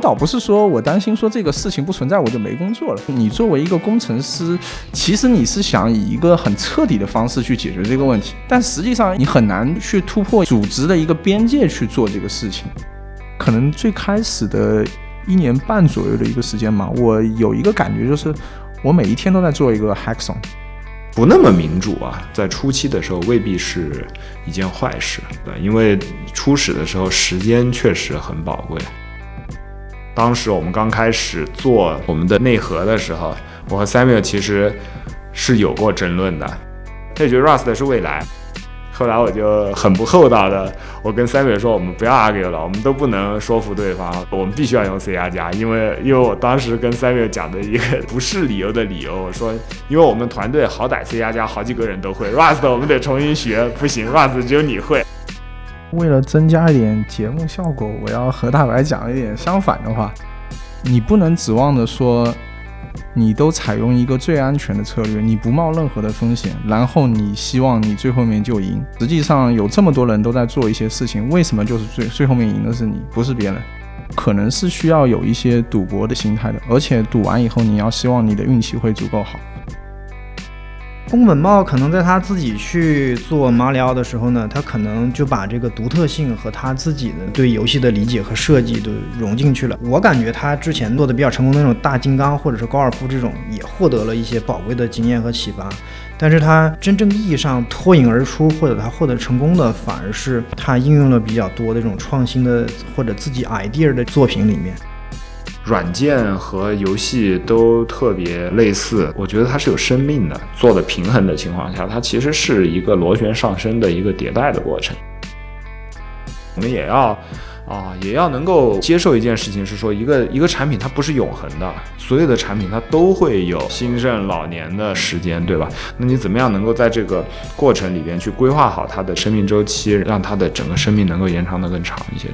倒不是说我担心说这个事情不存在我就没工作了。你作为一个工程师，其实你是想以一个很彻底的方式去解决这个问题，但实际上你很难去突破组织的一个边界去做这个事情。可能最开始的1年半左右的一个时间嘛，我有一个感觉就是我每一天都在做一个 hackathon。 不那么民主啊，在初期的时候未必是一件坏事，对，因为初始的时候时间确实很宝贵。当时我们刚开始做我们的内核的时候，我和 Samuel 其实是有过争论的，他觉得 Rust 是未来。后来我就很不厚道的，我跟 Samuel 说，我们不要 argue 了，我们都不能说服对方，我们必须要用 C++，因为我当时跟 Samuel 讲的一个不是理由的理由，我说因为我们团队好歹 C++ 好几个人都会 Rust 我们得重新学，不行 Rust 只有你会。 为了增加一点节目效果，我要和大白讲一点相反的话，你不能指望着说你都采用一个最安全的策略，你不冒任何的风险，然后你希望你最后面就赢。实际上有这么多人都在做一些事情，为什么就是最后面赢的是你，不是别人？可能是需要有一些赌博的心态的，而且赌完以后你要希望你的运气会足够好。 宫本茂可能在他自己去做马里奥的时候呢，他可能就把这个独特性和他自己的对游戏的理解和设计都融进去了。我感觉他之前做的比较成功的那种大金刚或者是高尔夫这种，也获得了一些宝贵的经验和启发。但是他真正意义上脱颖而出或者他获得成功的，反而是他应用了比较多的这种创新的或者自己 idea 的作品里面。 软件和游戏都特别类似，我觉得它是有生命的，做的平衡的情况下，它其实是一个螺旋上升的一个迭代的过程。我们也要能够接受一件事情，是说一个产品它不是永恒的，所有的产品它都会有兴盛老年的时间，对吧？那你怎么样能够在这个过程里边去规划好它的生命周期，让它的整个生命能够延长得更长一些？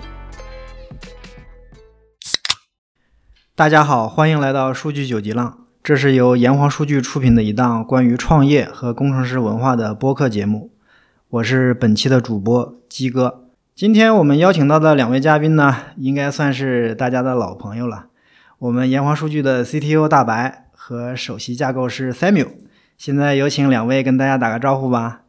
大家好，欢迎来到数据九级浪，这是由炎黄数据出品的一档关于创业和工程师文化的播客节目。我是本期的主播鸡哥。今天我们邀请到的2位嘉宾呢，应该算是大家的老朋友了。我们炎黄数据的 CTO 大白和首席架构师 Samuel。现在有请2位跟大家打个招呼吧。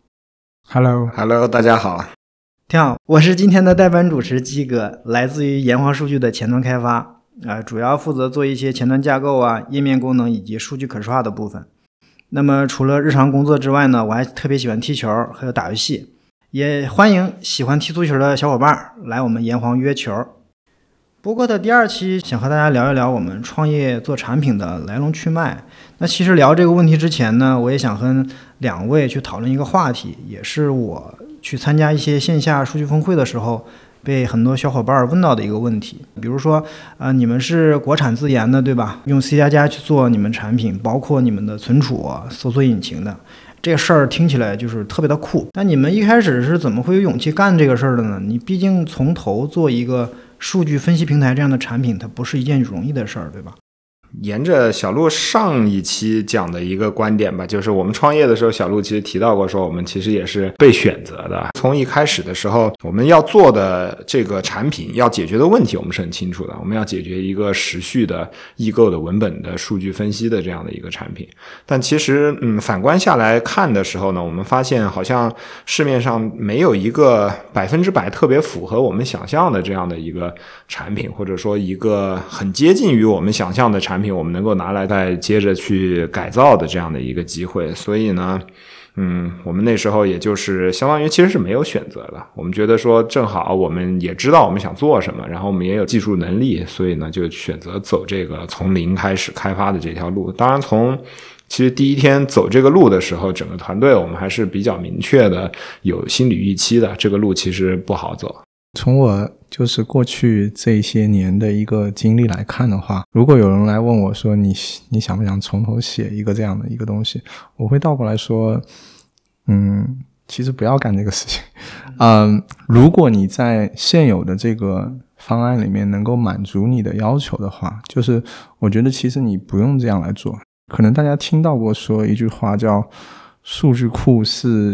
Hello， 大家好。 挺好，我是今天的代班主持鸡哥，来自于炎黄数据的前端开发。主要负责做一些前端架构啊、页面功能以及数据可视化的部分。那么除了日常工作之外呢，我还特别喜欢踢球，还有打游戏，也欢迎喜欢踢足球的小伙伴来我们炎黄约球。播客的第2期想和大家聊一聊我们创业做产品的来龙去脉。那其实聊这个问题之前呢，我也想和2位去讨论一个话题，也是我去参加一些线下数据峰会的时候被很多小伙伴问到的一个问题。比如说你们是国产自研的对吧，用 C++ 去做你们产品，包括你们的存储搜索引擎的，这个事儿听起来就是特别的酷。那你们一开始是怎么会有勇气干这个事儿的呢？你毕竟从头做一个数据分析平台这样的产品，它不是一件容易的事儿，对吧？ 沿着小鹿上一期讲的一个观点吧，就是我们创业的时候，小鹿其实提到过说，我们其实也是被选择的。从一开始的时候，我们要做的这个产品要解决的问题，我们是很清楚的。我们要解决一个时序的异构的文本的数据分析的这样的一个产品。但其实反观下来看的时候呢，我们发现好像市面上没有一个100%特别符合我们想象的这样的一个产品，或者说一个很接近于我们想象的产品，我们能够拿来再接着去改造的这样的一个机会。所以呢我们那时候也就是相当于其实是没有选择的，我们觉得说正好我们也知道我们想做什么，然后我们也有技术能力，所以呢就选择走这个从零开始开发的这条路。当然其实第一天走这个路的时候，整个团队我们还是比较明确的有心理预期的，这个路其实不好走。 从我就是过去这些年的一个经历来看的话，如果有人来问我说你想不想从头写一个这样的一个东西，我会倒过来说其实不要干这个事情。如果你在现有的这个方案里面能够满足你的要求的话，就是我觉得其实你不用这样来做。可能大家听到过说一句话叫数据库是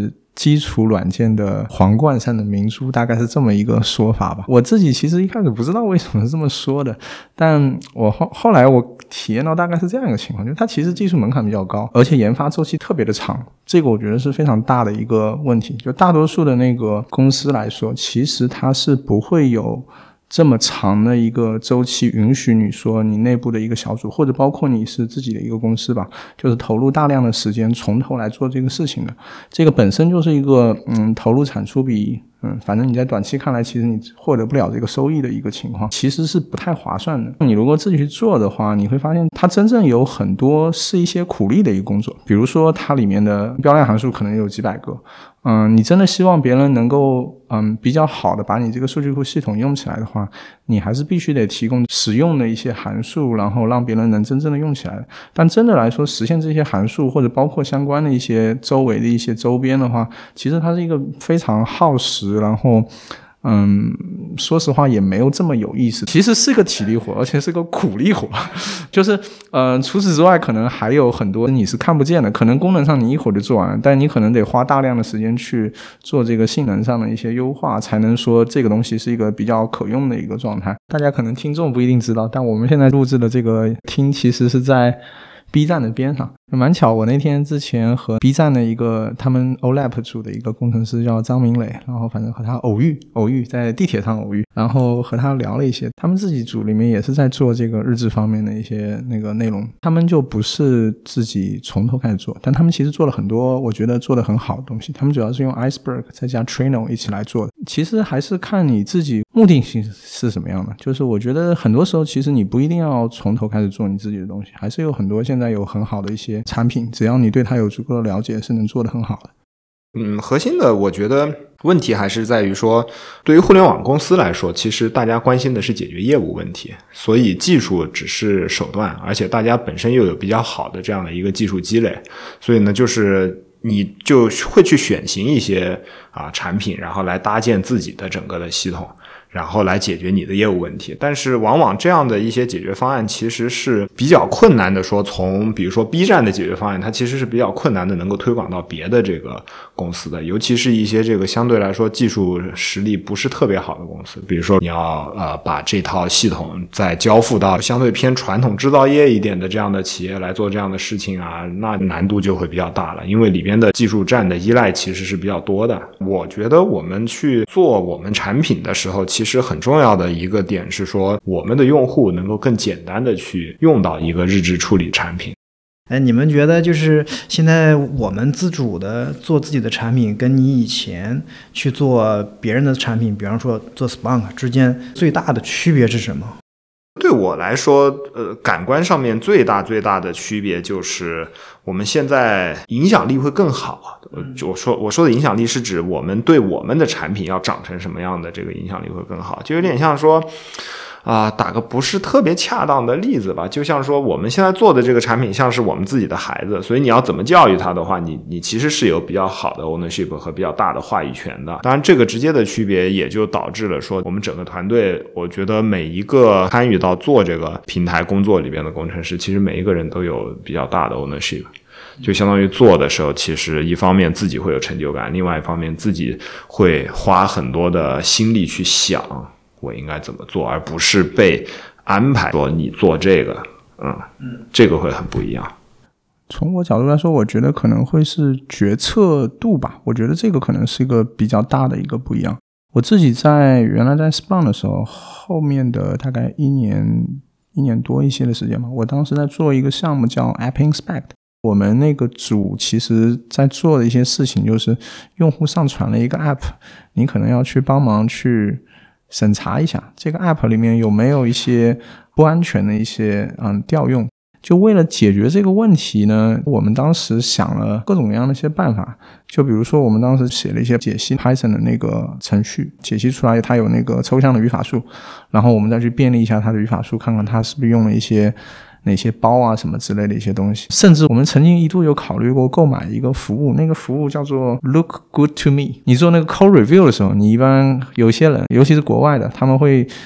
基础软件的皇冠上的明珠，大概是这么一个说法吧。我自己其实一开始不知道为什么是这么说的，但我后来我体验到大概是这样一个情况，就是它其实技术门槛比较高，而且研发周期特别的长，这个我觉得是非常大的一个问题。就大多数的那个公司来说，其实它是不会有这么长的一个周期允许你说你内部的一个小组，或者包括你是自己的一个公司吧，就是投入大量的时间从头来做这个事情的，这个本身就是一个投入产出比反正你在短期看来其实你获得不了这个收益的一个情况，其实是不太划算的。你如果自己去做的话，你会发现它真正有很多是一些苦力的一个工作，比如说它里面的标量函数可能有几百个，你真的希望别人能够比较好的把你这个数据库系统用起来的话，你还是必须得提供实用的一些函数，然后让别人能真正的用起来。但真的来说，实现这些函数或者包括相关的一些周围的一些周边的话，其实它是一个非常耗时，然后说实话也没有这么有意思，其实是个体力活，而且是个苦力活。就是除此之外可能还有很多你是看不见的，可能功能上你一会儿就做完了，但你可能得花大量的时间去做这个性能上的一些优化，才能说这个东西是一个比较可用的一个状态。大家可能听众不一定知道，但我们现在录制的这个厅其实是在B 站的边上，蛮巧，我那天之前和 B 站的一个他们 OLAP 组的一个工程师叫张明磊，然后反正和他偶遇在地铁上偶遇，然后和他聊了一些，他们自己组里面也是在做这个日志方面的一些那个内容，他们就不是自己从头开始做，但他们其实做了很多我觉得做得很好的东西，他们主要是用 Iceberg 再加 Trino 一起来做的。其实还是看你自己目的性是什么样的，就是我觉得很多时候其实你不一定要从头开始做你自己的东西，还是有很多现在有很好的一些产品，只要你对它有足够的了解是能做得很好的。 核心的我觉得问题还是在于说，对于互联网公司来说，其实大家关心的是解决业务问题，所以技术只是手段，而且大家本身又有比较好的这样的一个技术积累，所以呢就是你就会去选型一些产品，然后来搭建自己的整个的系统，然后来解决你的业务问题。但是往往这样的一些解决方案其实是比较困难的，说从比如说 B 站的解决方案，它其实是比较困难的能够推广到别的这个公司的，尤其是一些这个相对来说技术实力不是特别好的公司，比如说你要把这套系统再交付到相对偏传统制造业一点的这样的企业来做这样的事情那难度就会比较大了，因为里边的技术栈的依赖其实是比较多的。我觉得我们去做我们产品的时候，其实很重要的一个点是说，我们的用户能够更简单的去用到一个日志处理产品。 你们觉得就是现在我们自主的做自己的产品，跟你以前去做别人的产品，比方说做 Splunk 之间最大的区别是什么？ 对我来说，感官上面最大的区别就是我们现在影响力会更好。我说的影响力是指我们对我们的产品要长成什么样的这个影响力会更好，就有点像说打个不是特别恰当的例子吧，就像说我们现在做的这个产品像是我们自己的孩子，所以你要怎么教育他的话，你其实是有比较好的 ownership 和比较大的话语权的。当然这个直接的区别也就导致了说，我们整个团队，我觉得每一个参与到做这个平台工作里边的工程师，其实每一个人都有比较大的 ownership，就相当于做的时候，其实一方面自己会有成就感，另外一方面自己会花很多的心力去想我应该怎么做，而不是被安排说你做这个，这个会很不一样。 从我角度来说，我觉得可能会是决策度吧，我觉得这个可能是一个比较大的一个不一样。我自己原来在 Splunk 的时候，后面的大概一年多一些的时间吧，我当时在做一个项目叫 App Inspect。我们那个组其实在做的一些事情就是用户上传了一个 App， 你可能要去帮忙去审查一下这个 App 里面有没有一些不安全的一些调用。就为了解决这个问题呢，我们当时想了各种各样的一些办法，就比如说我们当时写了一些解析 Python 的那个程序，解析出来它有那个抽象的语法树，然后我们再去便利一下它的语法树，看看它是不是用了一些哪些包什么之类的一些东西。甚至我们曾经一度有考虑过购买一个服务，那个服务叫做 Look Good to Me。 你做那个 code review 的时候，你一般有些人尤其是国外的，他们会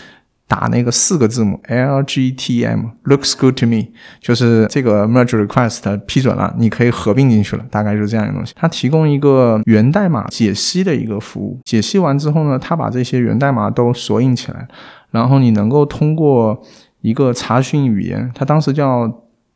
打那个4个字母 LGTM looks good to me， 就是这个 merge request 批准了，你可以合并进去了，大概就是这样一个东西。它提供一个源代码解析的一个服务，解析完之后呢，它把这些源代码都索引起来，然后你能够通过一个查询语言，它当时叫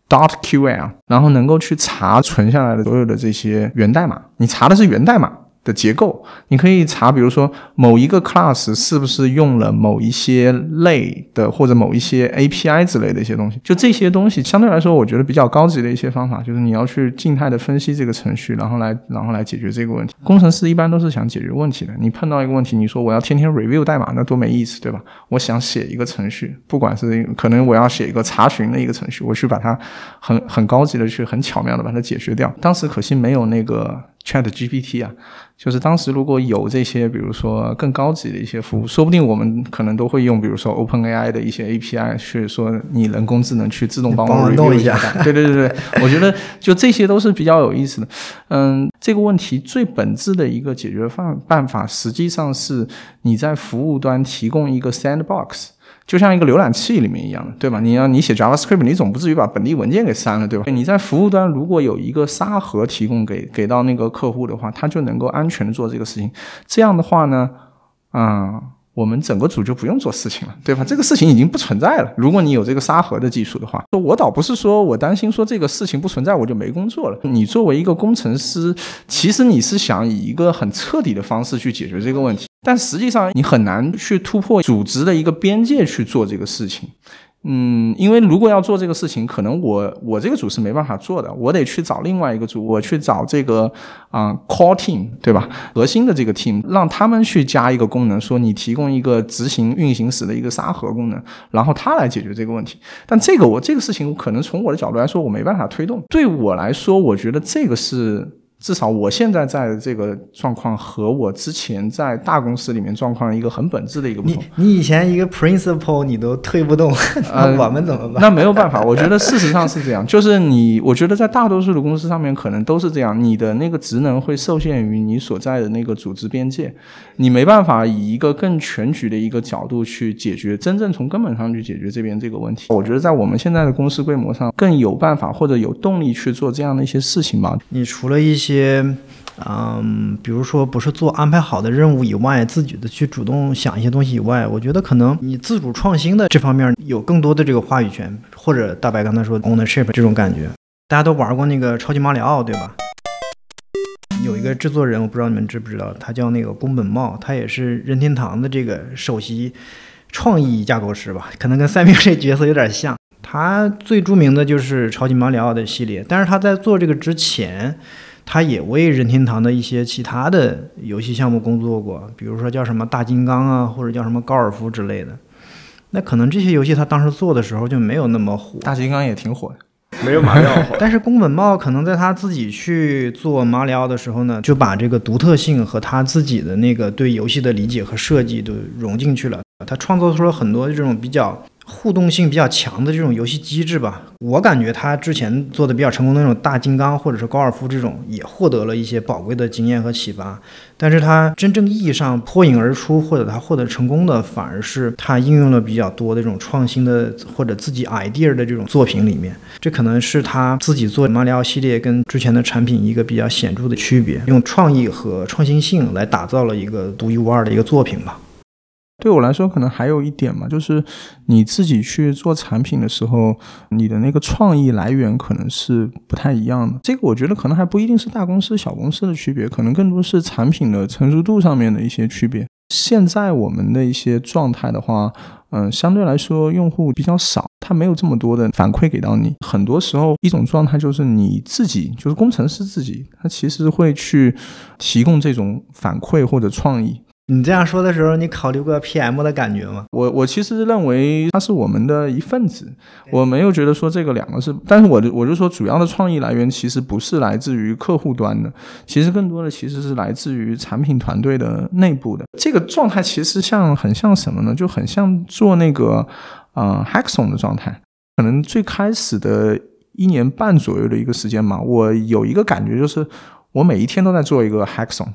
.ql， 然后能够去查存下来的所有的这些源代码，你查的是源代码的结构，你可以查比如说某一个 class 是不是用了某一些类的或者某一些 API 之类的一些东西，就这些东西相对来说我觉得比较高级的一些方法，就是你要去静态的分析这个程序，然后来解决这个问题。工程师一般都是想解决问题的，你碰到一个问题，你说我要天天 review 代码，那多没意思，对吧？我想写一个程序，不管是可能我要写一个查询的一个程序，我去把它很高级的去很巧妙的把它解决掉。当时可惜没有那个ChatGPT 啊，就是当时如果有这些比如说更高级的一些服务，说不定我们可能都会用比如说 OpenAI 的一些 API 去说你人工智能去自动帮我 review 一下。对，我觉得就这些都是比较有意思的。这个问题最本质的一个解决办法实际上是你在服务端提供一个 sandbox，就像一个浏览器里面一样的，对吧？你写 JavaScript， 你总不至于把本地文件给删了，对吧？你在服务端如果有一个沙盒提供给到那个客户的话，他就能够安全的做这个事情。这样的话呢，我们整个组就不用做事情了，对吧？这个事情已经不存在了。如果你有这个沙盒的技术的话，我倒不是说我担心说这个事情不存在我就没工作了。你作为一个工程师，其实你是想以一个很彻底的方式去解决这个问题，但实际上你很难去突破组织的一个边界去做这个事情。因为如果要做这个事情，可能我这个组是没办法做的，我得去找另外一个组，我去找这个core team， 对吧？核心的这个 team， 让他们去加一个功能，说你提供一个执行运行时的一个沙盒功能，然后他来解决这个问题。但这个事情可能从我的角度来说，我没办法推动。对我来说，我觉得这个是至少我现在在的这个状况和我之前在大公司里面状况一个很本质的一个不同。 你以前一个 principle 你都推不动，我们怎么办？ 那没有办法，我觉得事实上是这样，就是我觉得在大多数的公司上面可能都是这样，你的那个职能会受限于你所在的那个组织边界，你没办法以一个更全局的一个角度去解决，真正从根本上去解决这边这个问题。我觉得在我们现在的公司规模上更有办法或者有动力去做这样的一些事情吧。 你除了一些比如说不是做安排好的任务以外，自己的去主动想一些东西以外，我觉得可能你自主创新的这方面有更多的这个话语权，或者大白刚才说 ownership 这种感觉。大家都玩过那个超级马里奥，对吧？有一个制作人，我不知道你们知不知道，他叫那个宫本茂，他也是任天堂的这个首席创意架构师吧，可能跟赛明这角色有点像。他最著名的就是超级马里奥的系列，但是他在做这个之前，他也为任天堂的一些其他的游戏项目工作过，比如说叫什么大金刚啊，或者叫什么高尔夫之类的。那可能这些游戏他当时做的时候就没有那么火。 大金刚也挺火的， 没有马里奥火。 但是宫本茂可能在他自己去做马里奥的时候呢，就把这个独特性和他自己的那个对游戏的理解和设计都融进去了。他创造出了很多这种比较互动性比较强的这种游戏机制吧。我感觉他之前做的比较成功的那种大金刚或者是高尔夫这种也获得了一些宝贵的经验和启发，但是他真正意义上脱颖而出或者他获得成功的反而是他应用了比较多的这种创新的或者自己 idea 的这种作品里面。这可能是他自己做马里奥系列跟之前的产品一个比较显著的区别，用创意和创新性来打造了一个独一无二的一个作品吧。 对我来说可能还有一点嘛，就是你自己去做产品的时候，你的那个创意来源可能是不太一样的。这个我觉得可能还不一定是大公司小公司的区别，可能更多是产品的成熟度上面的一些区别。现在我们的一些状态的话，相对来说用户比较少，他没有这么多的反馈给到你。很多时候一种状态就是你自己，就是工程师自己，他其实会去提供这种反馈或者创意。 你这样说的时候，你考虑过 PM 的感觉吗？ 我其实认为它是我们的一份子，我没有觉得说这个两个是，但是我就说主要的创意来源其实不是来自于客户端的，其实更多的其实是来自于产品团队的内部的。这个状态其实很像什么呢？就很像做那个Hackathon 的状态。可能最开始的1年半左右的一个时间嘛，我有一个感觉就是我每一天都在做一个 Hackathon。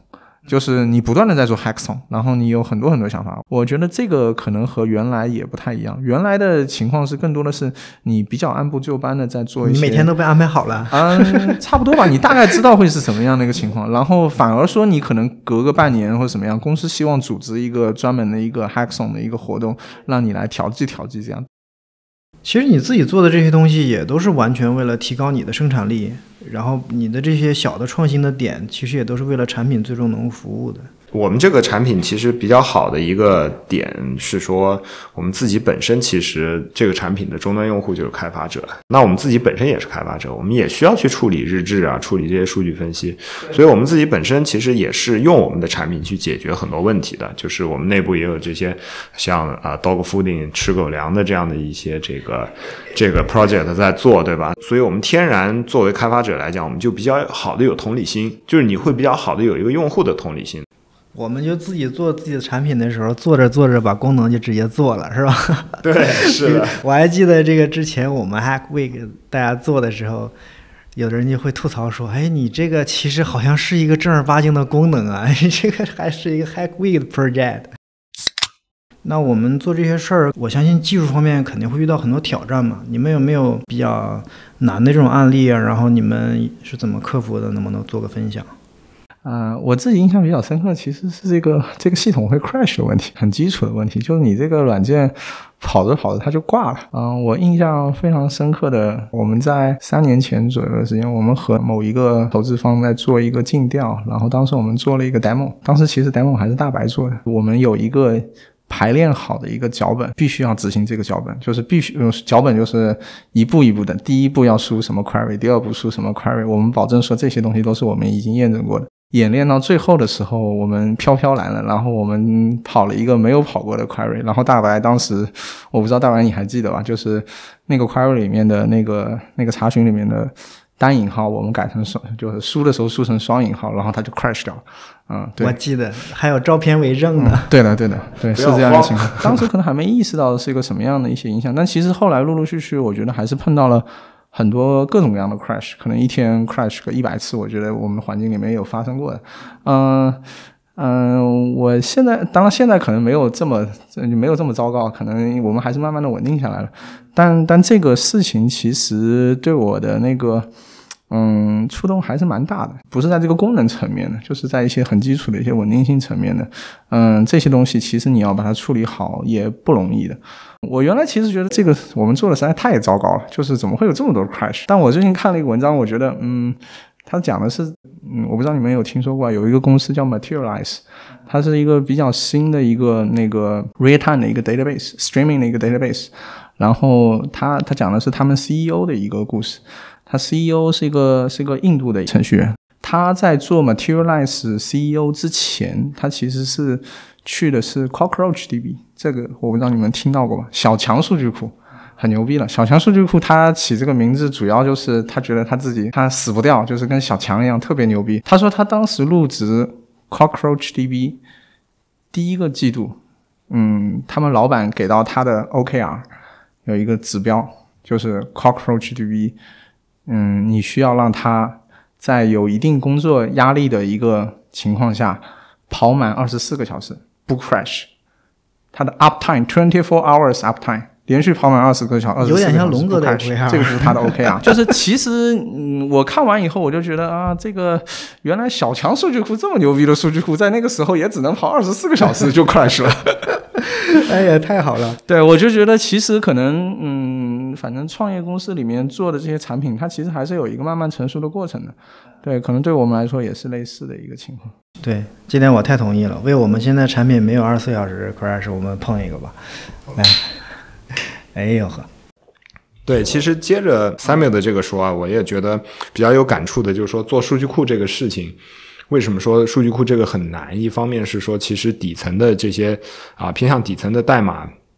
就是你不断的在做 hackathon， 然后你有很多很多想法。我觉得这个可能和原来也不太一样，原来的情况是更多的是你比较按部就班的在做一些， 你每天都被安排好了。 差不多吧，你大概知道会是什么样的一个情况，然后反而说你可能隔个半年或者什么样，公司希望组织一个专门的一个 hackathon 的一个活动，让你来调剂这样。 其实你自己做的这些东西也都是完全为了提高你的生产力，然后你的这些小的创新的点，其实也都是为了产品最终能服务的。 我们这个产品其实比较好的一个点是说，我们自己本身其实这个产品的终端用户就是开发者，那我们自己本身也是开发者，我们也需要去处理日志啊，处理这些数据分析，所以我们自己本身其实也是用我们的产品去解决很多问题的，就是我们内部也有这些像dog fooding 吃狗粮的这样的一些这个 project 在做，对吧？所以我们天然作为开发者来讲，我们就比较好的有同理心，就是你会比较好的有一个用户的同理心。 我们就自己做自己的产品的时候，做着把功能就直接做了，是吧？ 对，是的。 我还记得这个之前我们 Hack Week 大家做的时候，有的人就会吐槽说：“哎，你这个其实好像是一个正儿八经的功能啊，这个还是一个 Hack Week 的 project。”那我们做这些事儿，我相信技术方面肯定会遇到很多挑战嘛。你们有没有比较难的这种案例啊？然后你们是怎么克服的？能不能做个分享？ 我自己印象比较深刻，其实是这个系统会 crash 的问题，很基础的问题，就是你这个软件跑着它就挂了。我印象非常深刻的，我们在3年前左右的时间，我们和某一个投资方在做一个尽调，然后当时我们做了一个 demo， 当时其实 demo 还是大白做的，我们有一个排练好的一个脚本，必须要执行这个脚本，就是必须脚本就是一步一步的，第一步要输什么 query， 第二步输什么 query， 我们保证说这些东西都是我们已经验证过的。演练到最后的时候，我们飘来了，然后我们跑了一个没有跑过的 query， 然后大白当时我不知道大白你还记得吧，就是那个 query 里面的那个查询里面的单引号我们改成就是输的时候输成双引号，然后它就 crash 掉了。对， 我记得还有照片为证的。 对的，对，是这样的情况。当时可能还没意识到是一个什么样的一些影响，但其实后来陆陆续续我觉得还是碰到了很多各种各样的 crash， 可能一天 crash 个100次，我觉得我们环境里面有发生过的。我当然现在可能没有这么糟糕，可能我们还是慢慢的稳定下来了。但这个事情其实对我的那个触动还是蛮大的，不是在这个功能层面的，就是在一些很基础的一些稳定性层面的。这些东西其实你要把它处理好也不容易的。我原来其实觉得这个我们做的实在太糟糕了，就是怎么会有这么多 crash。但我最近看了一个文章，我觉得他讲的是我不知道你们有听说过，有一个公司叫 Materialize， 它是一个比较新的一个那个 real time 的一个 database， streaming 的一个 database。然后他讲的是他们 CEO 的一个故事。他 CEO 是一个印度的程序员，他在做 Materialize CEO 之前，他其实是去的是 CockroachDB， 这个我不知道你们听到过吧？小强数据库很牛逼了。小强数据库他起这个名字主要就是他觉得他死不掉，就是跟小强一样特别牛逼。他说他当时入职 CockroachDB 第一个季度，他们老板给到他的 OKR 有一个指标，就是 CockroachDB你需要让他在有一定工作压力的一个情况下跑满24个小时不 crash， 他的 uptime 24 hours uptime 连续跑满24个小时， 有点像龙哥的 OKR， 这个是他的 OKR。就是其实我看完以后我就觉得这个原来小强数据库这么牛逼的数据库，在那个时候也只能跑24个小时就 crash 了。 哎呀，太好了！ 对，我就觉得其实可能反正创业公司里面做的这些产品，它其实还是有一个慢慢成熟的过程的。对，可能对我们来说也是类似的一个情况。 对，这点我太同意了。为我们现在产品没有24小时 crash， 我们碰一个吧。来，哎呦呵。 对，其实接着 Samuel 的这个说我也觉得比较有感触的，就是说做数据库这个事情。为什么说数据库这个很难？一方面是说，其实底层的这些偏向底层的代码，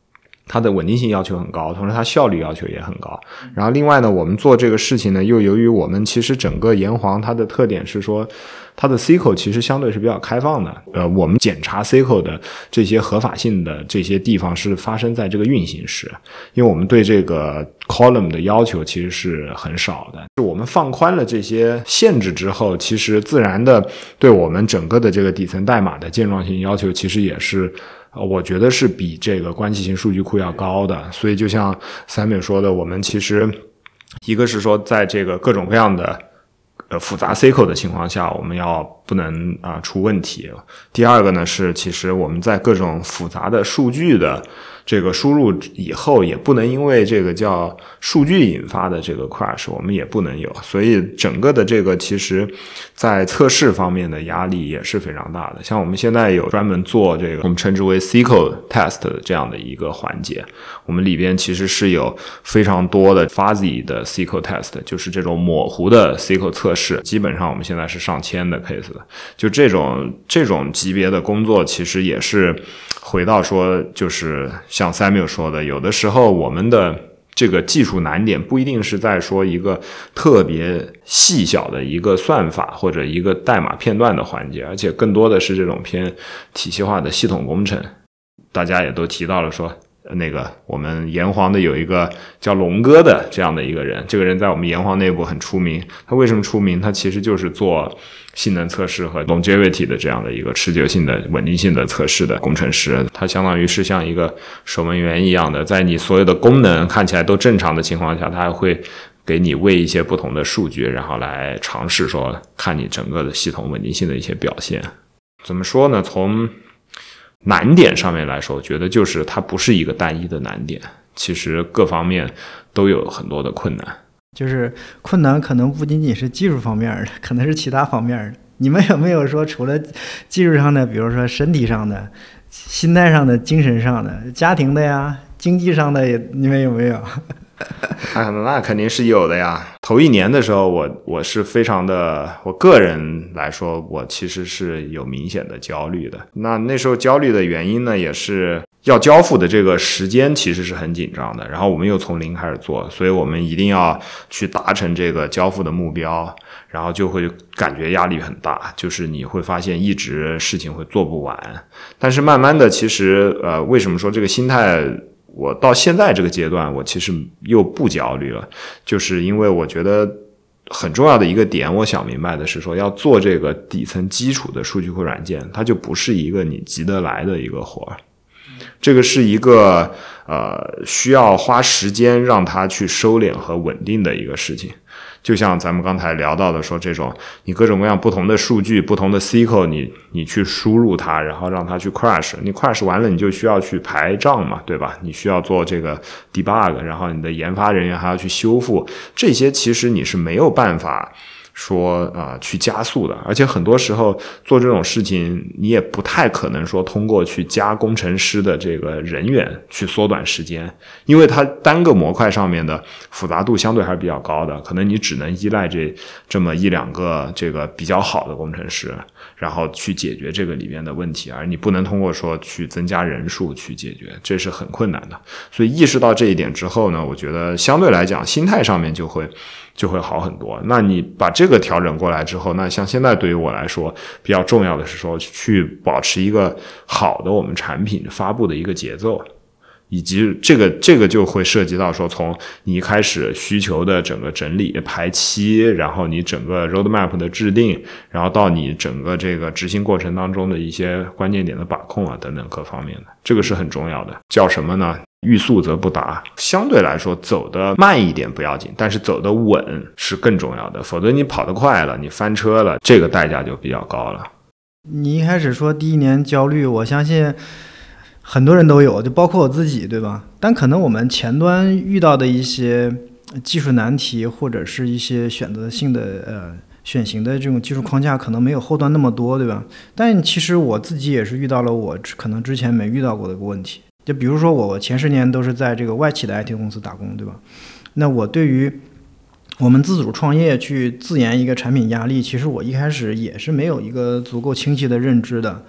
它的稳定性要求很高，同时它效率要求也很高。然后另外呢，我们做这个事情呢，又由于我们其实整个炎黄它的特点是说，它的 C 口其实相对是比较开放的。我们检查 C 口的这些合法性的这些地方是发生在这个运行时，因为我们对这个 column 的要求其实是很少的。我们放宽了这些限制之后，其实自然的对我们整个的这个底层代码的健壮性要求其实也是我觉得是比这个关系型数据库要高的。所以就像 Samuel 说的，我们其实一个是说在这个各种各样的复杂 C 口的情况下，我们要不能出问题。第二个呢是，其实我们在各种复杂的数据的这个输入以后，也不能因为这个叫数据引发的这个 crash， 我们也不能有。所以整个的这个其实在测试方面的压力也是非常大的。像我们现在有专门做这个我们称之为 C 口 test 的这样的一个环节，我们里边其实是有非常多的 fuzzy 的 C 口 test， 就是这种模糊的 C 口测试，基本上我们现在是上千的 case 的。就这种级别的工作，其实也是回到说，就是像 Samuel 说的，有的时候我们的这个技术难点不一定是在说一个特别细小的一个算法或者一个代码片段的环节，而且更多的是这种偏体系化的系统工程。大家也都提到了说，那个我们炎黄的有一个叫龙哥的这样的一个人，这个人在我们炎黄内部很出名。他为什么出名？他其实就是做性能测试和 longevity 的这样的一个持久性的稳定性的测试的工程师。他相当于是像一个守门员一样的，在你所有的功能看起来都正常的情况下，他还会给你喂一些不同的数据，然后来尝试说看你整个的系统稳定性的一些表现。怎么说呢？从难点上面来说，我觉得就是它不是一个单一的难点，其实各方面都有很多的困难。 就是困难可能不仅仅是技术方面的，可能是其他方面的。你们有没有说除了技术上的，比如说身体上的、心态上的、精神上的、家庭的呀、经济上的，你们有没有？ 那肯定是有的呀。头一年的时候，我是非常的，我个人来说，我其实是有明显的焦虑的。那时候焦虑的原因呢，也是要交付的这个时间其实是很紧张的，然后我们又从零开始做，所以我们一定要去达成这个交付的目标，然后就会感觉压力很大，就是你会发现一直事情会做不完。但是慢慢的，其实为什么说这个心态，我到现在这个阶段，我其实又不焦虑了，就是因为我觉得很重要的一个点，我想明白的是说，要做这个底层基础的数据库软件，它就不是一个你急得来的一个活儿，这个是一个需要花时间让它去收敛和稳定的一个事情。就像咱们刚才聊到的说，这种你各种各样不同的数据、不同的 C 口，你去输入它，然后让它去 crash， 你 crash 完了，你就需要去排账嘛，对吧？你需要做这个 debug， 然后你的研发人员还要去修复，这些其实你是没有办法说去加速的。而且很多时候做这种事情，你也不太可能说通过去加工程师的这个人员去缩短时间，因为它单个模块上面的复杂度相对还是比较高的，可能你只能依赖这么一两个这个比较好的工程师，然后去解决这个里面的问题，而你不能通过说去增加人数去解决，这是很困难的。所以意识到这一点之后呢，我觉得相对来讲心态上面就会好很多。那你把这个调整过来之后，那像现在对于我来说比较重要的是说，去保持一个好的我们产品发布的一个节奏，以及这个就会涉及到说，从你一开始需求的整个整理排期，然后你整个 roadmap 的制定，然后到你整个这个执行过程当中的一些关键点的把控啊等等各方面的，这个是很重要的。叫什么呢？欲速则不达，相对来说走得慢一点不要紧，但是走得稳是更重要的，否则你跑得快了，你翻车了，这个代价就比较高了。 你一开始说第一年焦虑，我相信很多人都有，就包括我自己，对吧？但可能我们前端遇到的一些技术难题，或者是一些选择性的选型的这种技术框架，可能没有后端那么多，对吧？但其实我自己也是遇到了我可能之前没遇到过的一个问题。就比如说我前10年都是在这个外企的 IT 公司打工，对吧？那我对于我们自主创业去自研一个产品压力，其实我一开始也是没有一个足够清晰的认知的。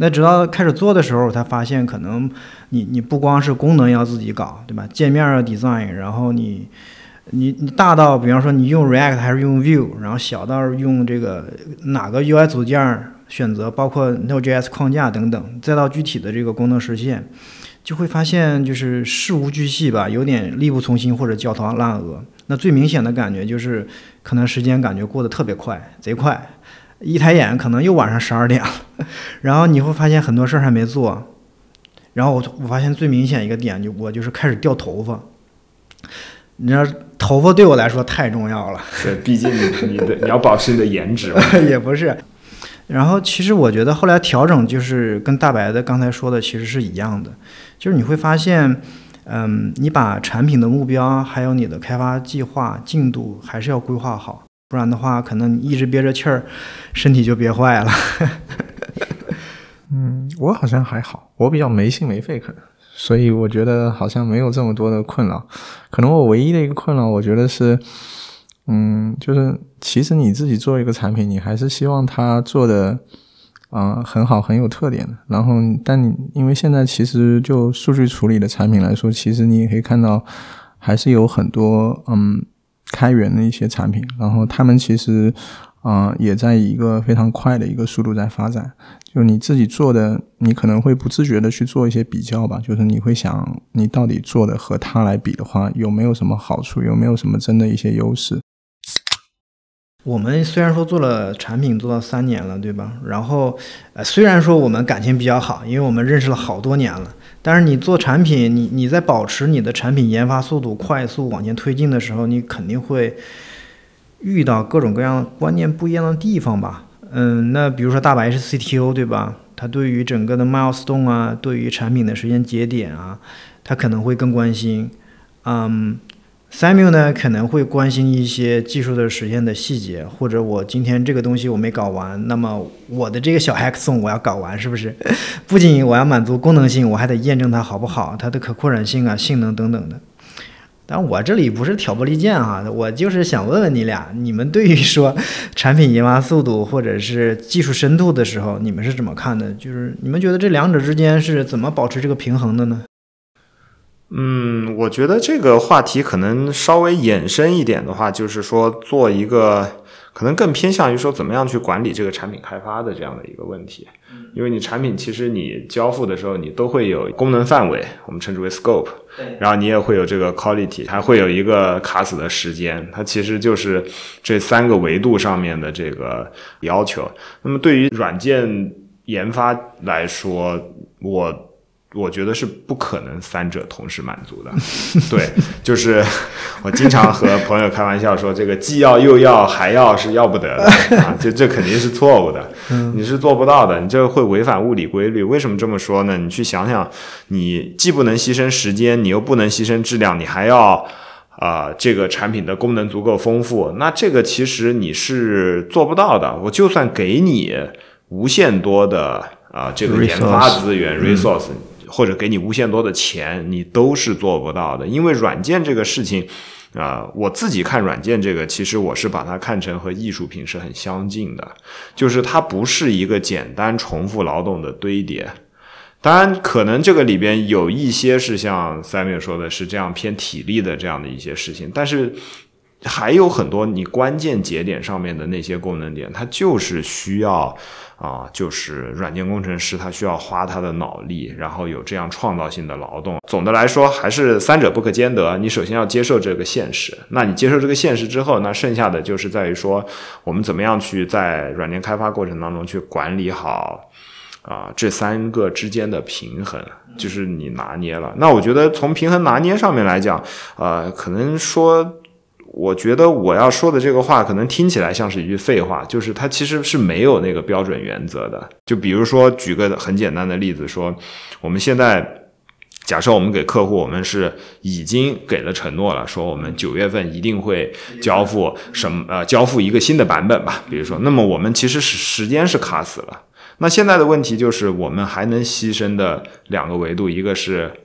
那直到开始做的时候，我才发现可能你不光是功能要自己搞，对吧？界面要 design， 然后你大到比方说你用 React 还是用 Vue， 然后小到用这个哪个 UI 组件选择，包括 Node.js 框架等等，再到具体的这个功能实现，就会发现就是事无巨细吧，有点力不从心或者焦头烂额。那最明显的感觉就是可能时间感觉过得特别快，贼快，一抬眼可能又晚上12点了，然后你会发现很多事儿还没做。然后我发现最明显一个点，我就是开始掉头发。你知道头发对我来说太重要了。 对，毕竟你要保持你的颜值嘛。 也不是。然后其实我觉得后来调整就是跟大白的刚才说的其实是一样的，就是你会发现，你把产品的目标还有你的开发计划进度还是要规划好，不然的话可能你一直憋着气儿，身体就憋坏了。 我好像还好，我比较没心没肺可能。所以我觉得好像没有这么多的困扰，可能我唯一的一个困扰，我觉得是，就是其实你自己做一个产品，你还是希望它做的，很好，很有特点的。然后，但你因为现在其实就数据处理的产品来说，其实你也可以看到，还是有很多开源的一些产品，然后他们其实也在一个非常快的一个速度在发展。就你自己做的，你可能会不自觉的去做一些比较吧，就是你会想你到底做的和他来比的话有没有什么好处，有没有什么真的一些优势。 我们虽然说做了产品做到3年了，对吧？然后虽然说我们感情比较好，因为我们认识了好多年了，但是你做产品，你在保持你的产品研发速度快速往前推进的时候，你肯定会遇到各种各样观念不一样的地方吧。那比如说大白是 CTO 对吧？他对于整个的 milestone 啊，对于产品的时间节点啊，他可能会更关心。Samuel 呢可能会关心一些技术的实现的细节，或者我今天这个东西我没搞完，那么我的这个小 hackathon 我要搞完，是不是？不仅我要满足功能性，我还得验证它好不好，它的可扩展性啊、性能等等的。但我这里不是挑拨离间啊，我就是想问问你俩，你们对于说产品研发速度或者是技术深度的时候，你们是怎么看的？就是你们觉得这两者之间是怎么保持这个平衡的呢？ 我觉得这个话题可能稍微衍生一点的话，就是说做一个可能更偏向于说怎么样去管理这个产品开发的这样的一个问题。因为你产品其实你交付的时候，你都会有功能范围，我们称之为 scope， 然后你也会有这个 quality， 还会有一个卡死的时间，它其实就是这3个维度上面的这个要求。那么对于软件研发来说，我觉得是不可能3者同时满足的。对，就是我经常和朋友开玩笑说，这个既要又要还要是要不得的啊，这肯定是错误的，你是做不到的，你这会违反物理规律。为什么这么说呢？你去想想，你既不能牺牲时间，你又不能牺牲质量，你还要这个产品的功能足够丰富，那这个其实你是做不到的。我就算给你无限多的这个研发资源 resource，或者给你无限多的钱，你都是做不到的。因为软件这个事情我自己看软件这个，其实我是把它看成和艺术品是很相近的，就是它不是一个简单重复劳动的堆叠。当然可能这个里边有一些是像 Samuel 说的是这样偏体力的这样的一些事情，但是还有很多你关键节点上面的那些功能点，它就是需要就是软件工程师他需要花他的脑力，然后有这样创造性的劳动。总的来说还是3者不可兼得，你首先要接受这个现实，那你接受这个现实之后，那剩下的就是在于说我们怎么样去在软件开发过程当中去管理好这3个之间的平衡，就是你拿捏了。那我觉得从平衡拿捏上面来讲，可能说我觉得我要说的这个话可能听起来像是一句废话，就是它其实是没有那个标准原则的。就比如说举个很简单的例子，说我们现在假设我们给客户，我们是已经给了承诺了，说我们9月份一定会交付交付一个新的版本吧，比如说，那么我们其实时间是卡死了。那现在的问题就是我们还能牺牲的2个维度，一个是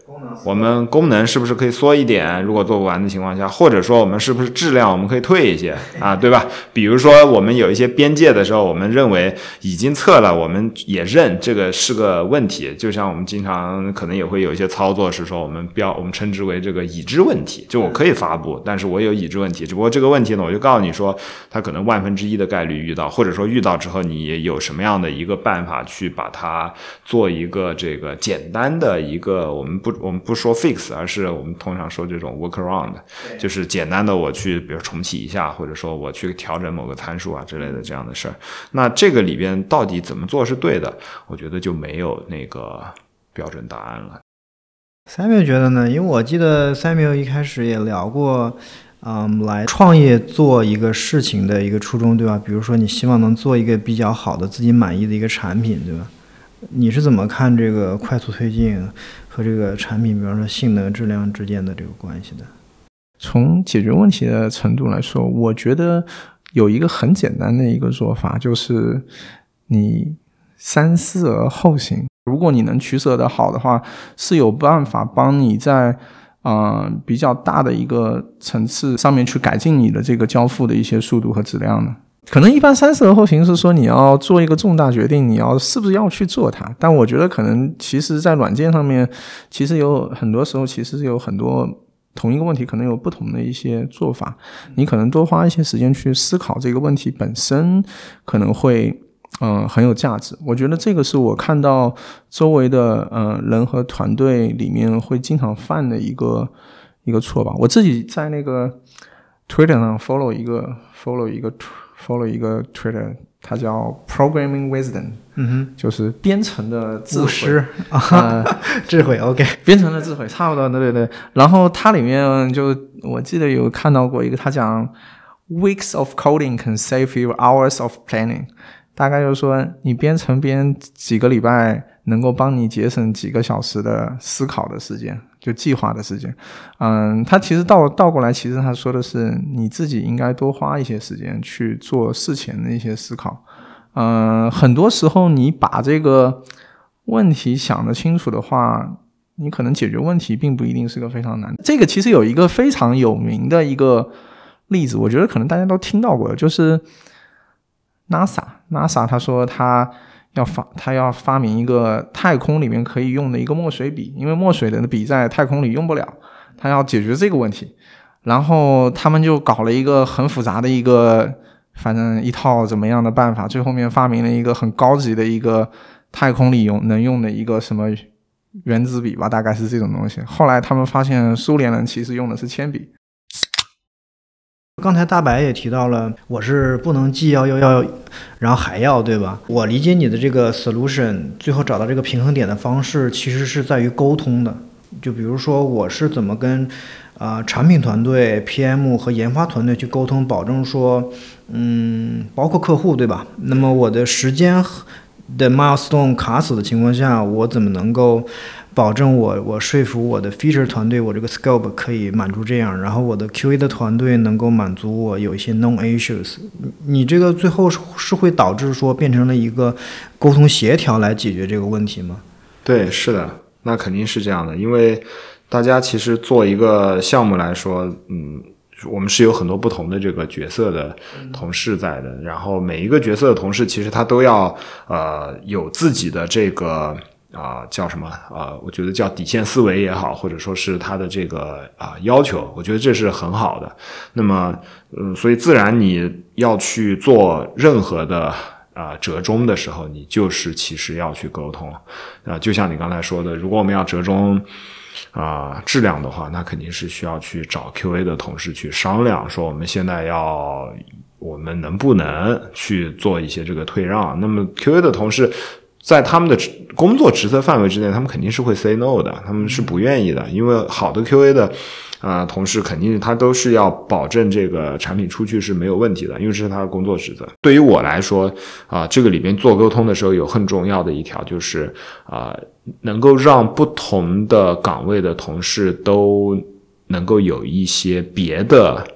我们功能是不是可以缩一点，如果做不完的情况下，或者说我们是不是质量我们可以退一些啊，对吧？比如说我们有一些边界的时候，我们认为已经测了，我们也认这个是个问题，就像我们经常可能也会有一些操作是说我们称之为这个已知问题，就我可以发布，但是我有已知问题，只不过这个问题呢，我就告诉你说它可能1/1000的概率遇到，或者说遇到之后你有什么样的一个办法去把它做一个这个简单的一个我们不说 fix， 而是我们通常说这种 workaround， 就是简单的我去比如重启一下，或者说我去调整某个参数啊之类的这样的事儿。那这个里边到底怎么做是对的，我觉得就没有那个标准答案了。 Samuel 觉得呢？因为我记得 Samuel 一开始也聊过，来创业做一个事情的一个初衷，对吧？比如说你希望能做一个比较好的、自己满意的一个产品，对吧？你是怎么看这个快速推进和这个产品，比方说性能、质量之间的这个关系的？ 从解决问题的程度来说，我觉得有一个很简单的一个做法，就是你三思而后行。如果你能取舍的好的话，是有办法帮你在比较大的一个层次上面去改进你的这个交付的一些速度和质量的。可能一般三思而后行是说你要做一个重大决定，你要是不是要去做它，但我觉得可能其实在软件上面其实有很多时候其实有很多同一个问题可能有不同的一些做法，你可能多花一些时间去思考这个问题本身可能会很有价值。我觉得这个是我看到周围的人和团队里面会经常犯的一个错吧。我自己在那个 Twitter 上 follow 一个 Twitter， 它叫 Programming Wisdom， 就是编程的智慧， 智慧 OK， 编程的智慧差不多，对。然后它里面就我记得有看到过一个，他讲 Weeks of coding can save you hours of planning， 大概就是说你编程编几个礼拜能够帮你节省几个小时的思考的时间，就计划的时间。他其实倒过来，其实他说的是你自己应该多花一些时间去做事前的一些思考。很多时候你把这个问题想得清楚的话，你可能解决问题并不一定是个非常难。这个其实有一个非常有名的一个例子，我觉得可能大家都听到过，就是 NASA 他说他要发明一个太空里面可以用的一个墨水笔，因为墨水的笔在太空里用不了，他要解决这个问题。然后他们就搞了一个很复杂的一个反正一套怎么样的办法，最后面发明了一个很高级的一个太空里能用的一个什么原子笔吧，大概是这种东西。后来他们发现苏联人其实用的是铅笔。 刚才大白也提到了，我是不能既要，然后还要，对吧？我理解你的这个 solution， 最后找到这个平衡点的方式，其实是在于沟通的。就比如说，我是怎么跟产品团队、PM 和研发团队去沟通，保证说，包括客户，对吧？那么我的时间的 milestone 卡死的情况下，我怎么能够保证我说服我的 feature 团队，我这个 scope 可以满足这样，然后我的 QA 的团队能够满足我有一些 known issues。你这个最后是会导致说变成了一个沟通协调来解决这个问题吗？ 对，是的，那肯定是这样的，因为大家其实做一个项目来说，我们是有很多不同的这个角色的同事在的，然后每一个角色的同事其实他都要有自己的这个叫什么我觉得叫底线思维也好，或者说是他的这个要求，我觉得这是很好的。那么所以自然你要去做任何的折中的时候，你就是其实要去沟通就像你刚才说的，如果我们要折中质量的话，那肯定是需要去找 QA 的同事去商量，说我们现在我们能不能去做一些这个退让。那么 QA 的同事在他们的工作职责范围之内，他们肯定是会 say no 的，他们是不愿意的，因为好的 QA 的同事肯定他都是要保证这个产品出去是没有问题的，因为这是他的工作职责。对于我来说这个里边做沟通的时候有很重要的一条，就是能够让不同的岗位的同事都能够有一些别的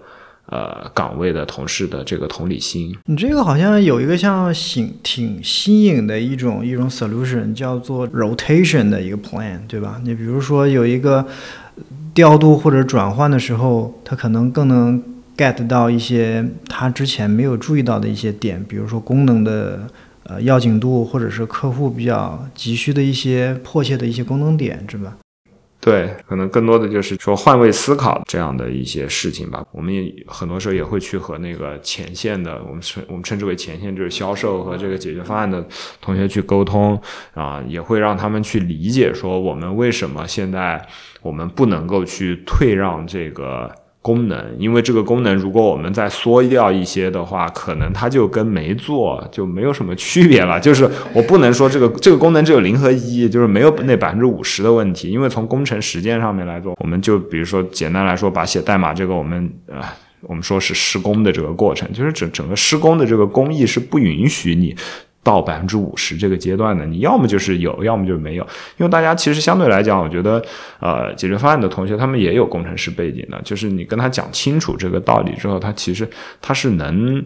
岗位的同事的这个同理心。 你这个好像有一个像挺新颖的一种 solution， 叫做 rotation 的一个 plan， 对吧？你比如说有一个调度或者转换的时候，它可能更能 get 到一些他之前没有注意到的一些点，比如说功能的要紧度，或者是客户比较急需的一些迫切的一些功能点，是吧？ 对，可能更多的就是说换位思考这样的一些事情吧。我们也很多时候也会去和那个前线的，我们称之为前线，就是销售和这个解决方案的同学去沟通啊，也会让他们去理解说我们为什么现在我们不能够去退让这个功能，因为这个功能如果我们再缩掉一些的话，可能它就跟没做就没有什么区别了。就是我不能说这个功能只有0和1，就是没有那50%的问题，因为从工程实践上面来做，我们就比如说简单来说，把写代码这个我们说是施工的这个过程，就是整个施工的这个工艺是不允许你到50%这个阶段的，你要么就是有，要么就是没有。因为大家其实相对来讲，我觉得解决方案的同学他们也有工程师背景的，就是你跟他讲清楚这个道理之后，他其实他是能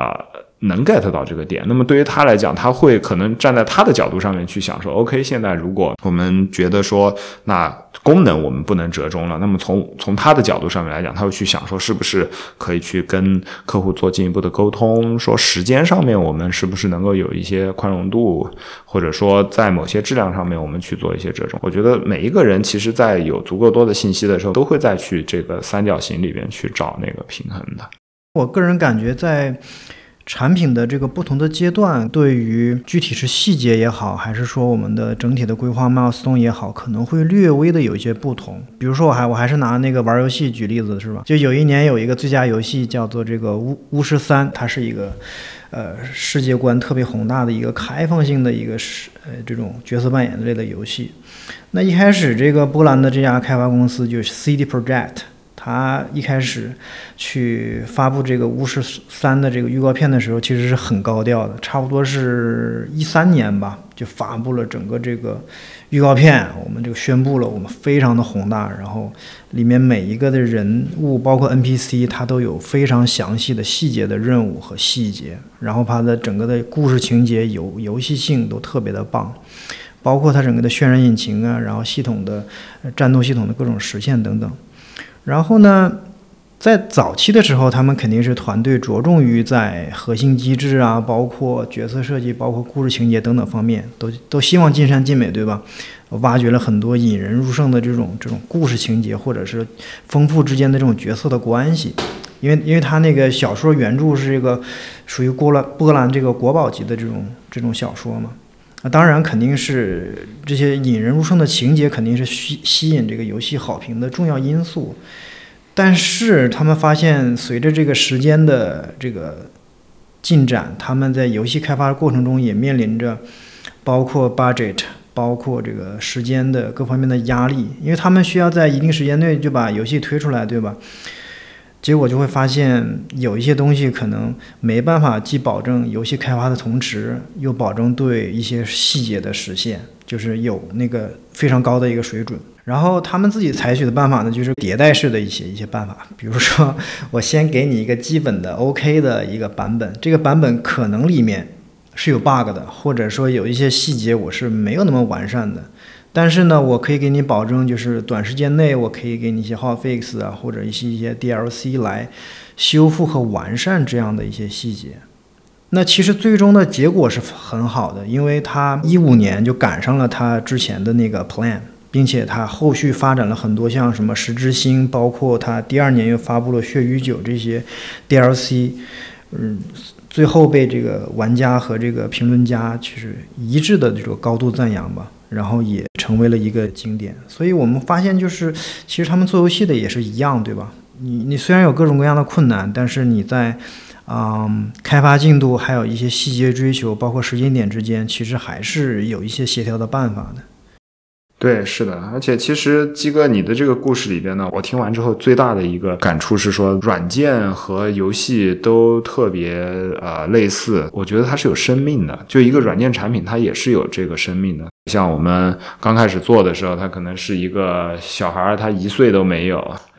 get 到这个点。那么对于他来讲，他会可能站在他的角度上面去想说 OK， 现在如果我们觉得说那功能我们不能折中了，那么从他的角度上面来讲，他会去想说是不是可以去跟客户做进一步的沟通，说时间上面我们是不是能够有一些宽容度，或者说在某些质量上面我们去做一些折中。我觉得每一个人其实在有足够多的信息的时候，都会再去这个三角形里边去找那个平衡的。 我个人感觉在产品的这个不同的阶段，对于具体是细节也好，还是说我们的整体的规划 milestone 也好，可能会略微的有一些不同。比如说我还是拿那个玩游戏举例子，是吧？就有一年有一个最佳游戏叫做这个巫师3，它是一个世界观特别宏大的一个开放性的一个这种角色扮演类的游戏。那一开始这个波兰的这家开发公司就是 CD Projekt，他一开始去发布这个巫师3的这个预告片的时候，其实是很高调的，差不多是13年吧，就发布了整个这个预告片，我们这个宣布了我们非常的宏大，然后里面每一个的人物包括 NPC 它都有非常详细的细节的任务和细节，然后它的整个的故事情节游戏性都特别的棒，包括它整个的渲染引擎啊，然后系统的战斗系统的各种实现等等。然后呢，在早期的时候，他们肯定是团队着重于在核心机制啊，包括角色设计，包括故事情节等等方面，都希望尽善尽美，对吧？挖掘了很多引人入胜的这种故事情节，或者是丰富之间的这种角色的关系。因为他那个小说原著是这个属于波兰这个国宝级的这种小说嘛。当然肯定是这些引人入胜的情节肯定是吸引这个游戏好评的重要因素，但是他们发现随着这个时间的这个进展，他们在游戏开发过程中也面临着包括 budget 包括这个时间的各方面的压力，因为他们需要在一定时间内就把游戏推出来，对吧？结果就会发现有一些东西可能没办法既保证游戏开发的同时又保证对一些细节的实现，就是有那个非常高的一个水准。然后他们自己采取的办法呢，就是迭代式的一些办法，比如说我先给你一个基本的 OK 的一个版本，这个版本可能里面是有 bug 的，或者说有一些细节我是没有那么完善的，但是呢，我可以给你保证，就是短时间内我可以给你一些 hotfix 啊，或者一些 DLC 来修复和完善这样的一些细节。那其实最终的结果是很好的，因为他15年就赶上了他之前的那个 plan， 并且他后续发展了很多像什么石之星，包括他第2年又发布了血与酒这些 DLC，最后被这个玩家和这个评论家其实一致的这种高度赞扬吧，然后也成为了一个经典。所以我们发现就是其实他们做游戏的也是一样，对吧？你虽然有各种各样的困难，但是你在开发进度还有一些细节追求包括时间点之间，其实还是有一些协调的办法的。 对，是的，而且其实基哥你的这个故事里边呢，我听完之后最大的一个感触是说，软件和游戏都特别类似，我觉得它是有生命的，就一个软件产品它也是有这个生命的。像我们刚开始做的时候，它可能是一个小孩，他1岁都没有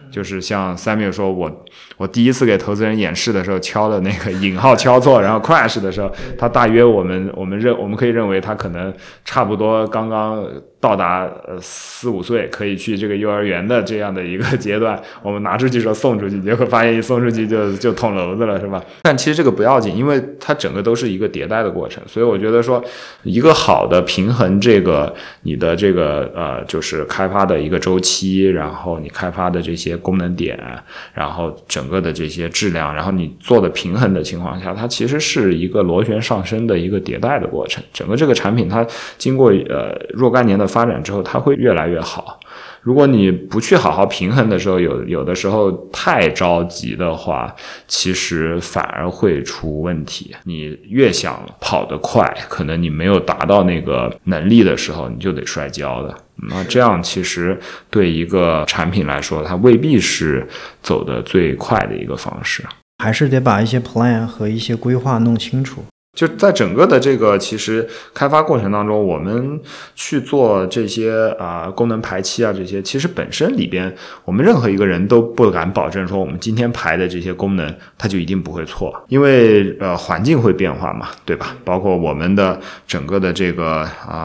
就是像 Samuel 说我第一次给投资人演示的时候敲了那个引号敲错，然后 crash 的时候，他大约我们可以认为他可能差不多刚刚到达4-5岁可以去这个幼儿园的这样的一个阶段，我们拿出去说送出去，结果发现一送出去就捅娄子了，是吧？但其实这个不要紧，因为它整个都是一个迭代的过程，所以我觉得说一个好的平衡这个你的这个就是开发的一个周期，然后你开发的这些功能点，然后整个的这些质量，然后你做的平衡的情况下，它其实是一个螺旋上升的一个迭代的过程。整个这个产品它经过若干年的发展之后，它会越来越好。如果你不去好好平衡的时候，有的时候太着急的话，其实反而会出问题。你越想跑得快，可能你没有达到那个能力的时候，你就得摔跤的。那这样其实对一个产品来说，它未必是走得最快的一个方式。 还是得把一些 plan 和一些规划弄清楚。 就在整个的这个其实开发过程当中，我们去做这些功能排期这些，其实本身里边我们任何一个人都不敢保证说我们今天排的这些功能它就一定不会错，因为环境会变化嘛，对吧？包括我们的整个的这个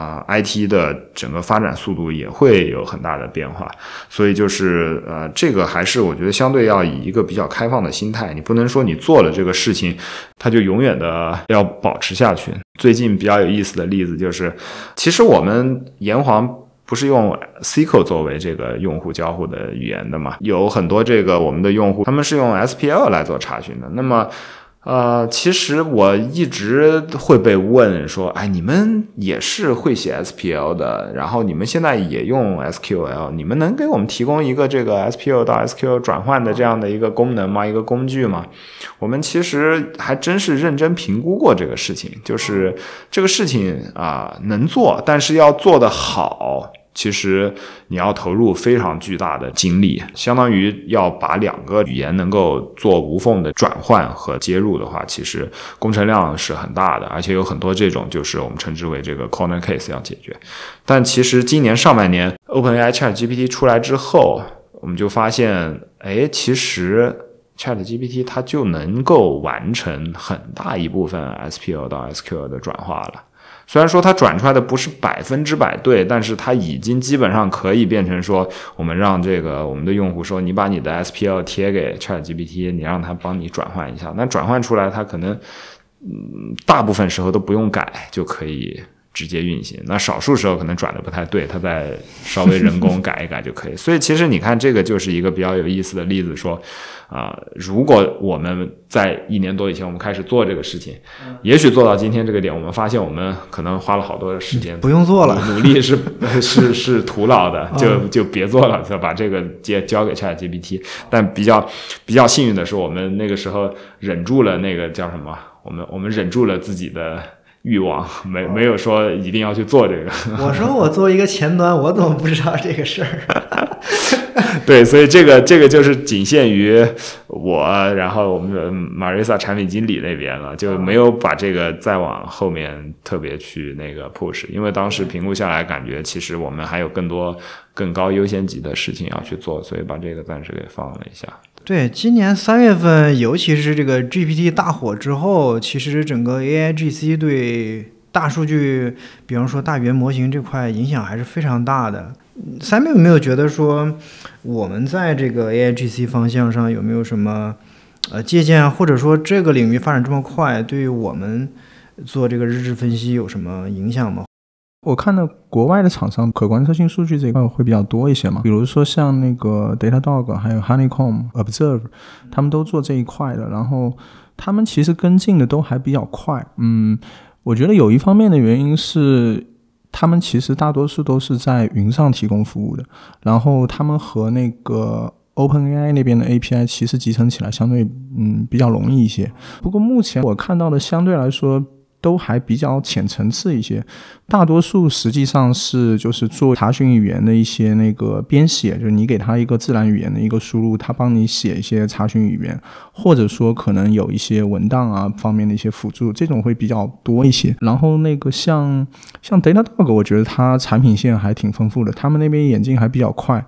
IT 的整个发展速度也会有很大的变化，所以就是这个还是我觉得相对要以一个比较开放的心态，你不能说你做了这个事情它就永远的要保持下去。最近比较有意思的例子就是，其实我们炎黄不是用 SQL 作为这个用户交互的语言的嘛，有很多这个我们的用户他们是用 SPL 来做查询的。那么其实我一直会被问说，哎，你们也是会写 SPL 的，然后你们现在也用 SQL， 你们能给我们提供一个这个 SPL 到 SQL 转换的这样的一个功能吗？一个工具吗？我们其实还真是认真评估过这个事情，就是这个事情能做，但是要做得好，其实你要投入非常巨大的精力，相当于要把2个语言能够做无缝的转换和接入的话，其实工程量是很大的，而且有很多这种就是我们称之为这个 corner case 要解决。但其实今年上半年 OpenAI ChatGPT 出来之后，我们就发现其实 ChatGPT 它就能够完成很大一部分 SPL 到 SQL 的转化了。虽然说它转出来的不是100%对，但是它已经基本上可以变成说，我们让这个我们的用户说，你把你的 SPL 贴给 ChatGPT， 你让它帮你转换一下，那转换出来它可能大部分时候都不用改就可以直接运行，那少数时候可能转的不太对，它再稍微人工改一改就可以。所以其实你看这个就是一个比较有意思的例子，说如果我们在1年多以前我们开始做这个事情，也许做到今天这个点，我们发现我们可能花了好多的时间， 不用做了， 努力是徒劳的，就别做了，就把这个交给 ChatGPT。但比较幸运的是，我们那个时候忍住了那个叫什么，我们忍住了自己的欲望，没有说一定要去做这个。 我说我作为一个前端，我怎么不知道这个事儿？ 对，所以这个就是仅限于我，然后我们的 Marissa 产品经理那边了，就没有把这个再往后面特别去那个 push， 因为当时评估下来感觉其实我们还有更高优先级的事情要去做，所以把这个暂时给放了一下。 对，今年3月份，尤其是这个 GPT 大火之后，其实整个 AIGC 对大数据，比方说大语言模型这块影响还是非常大的。Samuel有没有觉得说，我们在这个 AIGC 方向上有没有什么借鉴，或者说这个领域发展这么快，对于我们做这个日志分析有什么影响吗？ 我看到国外的厂商可观测性数据这一块会比较多一些嘛，比如说像那个 Datadog 还有 Honeycomb、Observe， 他们都做这一块的，然后他们其实跟进的都还比较快。我觉得有一方面的原因是他们其实大多数都是在云上提供服务的，然后他们和那个 OpenAI 那边的 API 其实集成起来相对比较容易一些。不过目前我看到的相对来说都还比较浅层次一些，大多数实际上是就是做查询语言的一些那个编写，就是你给他一个自然语言的一个输入，他帮你写一些查询语言，或者说可能有一些文档方面的一些辅助，这种会比较多一些。然后那个像 Datadog， 我觉得它产品线还挺丰富的，他们那边演进还比较快。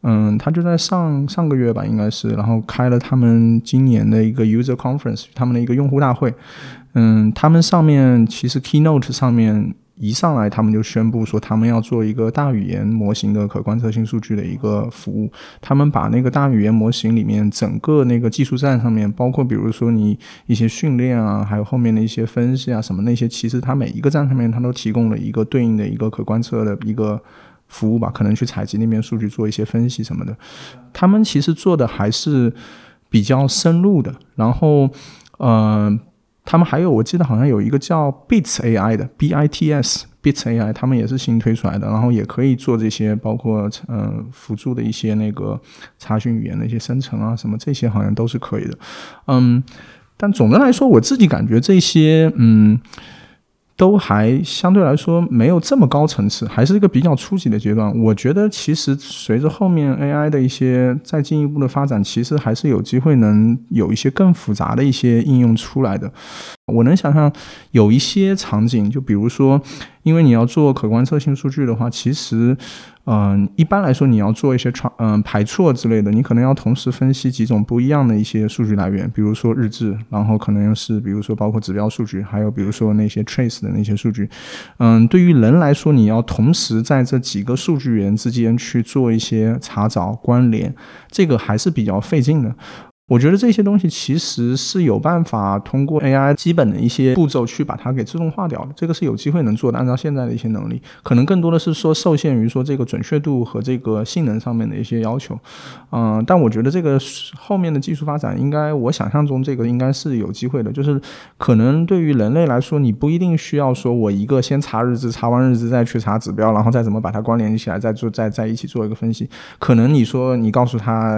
他就在上个月吧，应该是，然后开了他们今年的一个 user conference， 他们的一个用户大会。他们上面其实 keynote 上面一上来他们就宣布说他们要做一个大语言模型的可观测性数据的一个服务。他们把那个大语言模型里面整个那个技术站上面，包括比如说你一些训练啊，还有后面的一些分析啊什么那些，其实它每一个站上面它都提供了一个对应的一个可观测的一个服务吧，可能去采集那边数据做一些分析什么的。他们其实做的还是比较深入的。然后他们还有我记得好像有一个叫 Bits AI 的 BITS Bits AI， 他们也是新推出来的，然后也可以做这些包括辅助的一些那个查询语言的一些生成啊什么，这些好像都是可以的。但总的来说我自己感觉这些都还相对来说没有这么高层次，还是一个比较初级的阶段。我觉得其实随着后面 AI 的一些再进一步的发展，其实还是有机会能有一些更复杂的一些应用出来的。我能想象有一些场景，就比如说因为你要做可观测性数据的话，其实一般来说你要做一些排错之类的，你可能要同时分析几种不一样的一些数据来源，比如说日志，然后可能是比如说包括指标数据，还有比如说那些 trace 的那些数据。对于人来说，你要同时在这几个数据源之间去做一些查找关联，这个还是比较费劲的。我觉得这些东西其实是有办法通过 AI 基本的一些步骤去把它给自动化掉的，这个是有机会能做的，按照现在的一些能力，可能更多的是说受限于说这个准确度和这个性能上面的一些要求。但我觉得这个后面的技术发展应该，我想象中这个应该是有机会的，就是可能对于人类来说，你不一定需要说我一个先查日志，查完日志再去查指标，然后再怎么把它关联起来，再一起做一个分析。可能你说你告诉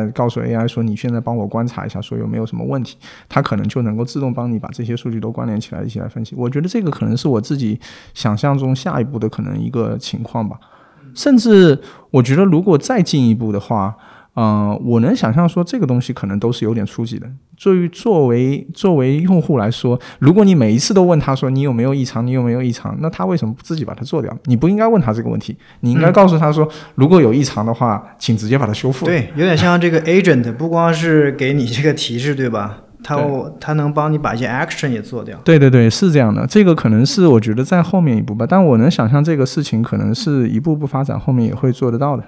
AI 说你现在帮我观察一下说有没有什么问题，它可能就能够自动帮你把这些数据都关联起来一起来分析。我觉得这个可能是我自己想象中下一步的可能一个情况吧。甚至我觉得如果再进一步的话，我能想象说这个东西可能都是有点初级的。作为用户来说，如果你每一次都问他说你有没有异常，你有没有异常，那他为什么不自己把它做掉？你不应该问他这个问题，你应该告诉他说，如果有异常的话，请直接把它修复。 对，有点像这个 agent， 不光是给你这个提示，对吧？它能帮你把一些 action 也做掉。 对对对，是这样的。这个可能是我觉得在后面一步吧，但我能想象这个事情可能是一步步发展，后面也会做得到的。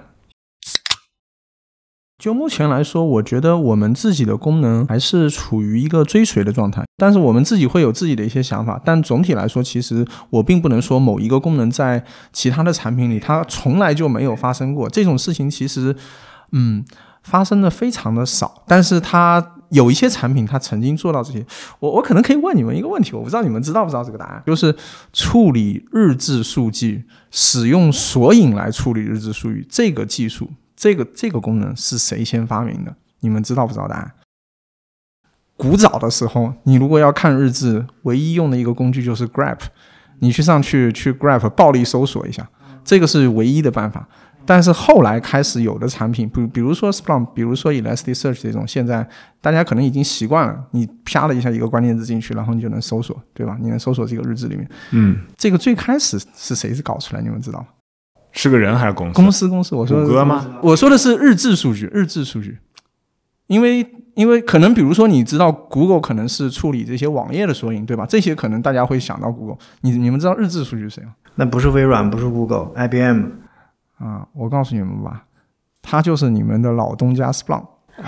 就目前来说，我觉得我们自己的功能还是处于一个追随的状态，但是我们自己会有自己的一些想法，但总体来说，其实我并不能说某一个功能在其他的产品里它从来就没有发生过。这种事情其实发生的非常的少，但是它有一些产品它曾经做到这些。我可能可以问你们一个问题，我不知道你们知道不知道这个答案，就是处理日志数据，使用索引来处理日志数据，这个技术这个功能是谁先发明的？你们知道不知道答案？古早的时候，你如果要看日志，唯一用的一个工具就是 grep， 你上去 grep 暴力搜索一下，这个是唯一的办法。但是后来开始有的产品，比如说 Splunk， 比如说 Elasticsearch 这种，现在大家可能已经习惯了，你啪了一下一个关键字进去，然后你就能搜索，对吧？你能搜索这个日志里面。这个最开始是谁搞出来？你们知道吗？ 是个人还是公司？ 公司，我说谷歌吗？ 我说的是日志数据。因为可能比如说你知道 Google 可能是处理这些网页的索引，对吧？这些可能大家会想到 Google。你们知道日志数据是谁吗？ 那不是微软，不是 Google，IBM 我告诉你们吧，它就是你们的老东家 Splunk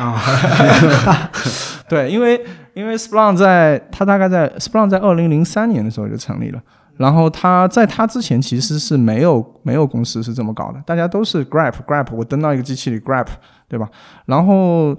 对，因为 Splunk 大概在 Splunk 在2003年的时候就成立了。然后在它之前其实是没有公司是这么搞的，大家都是 grep， 我登到一个机器里 grep， 对吧？然后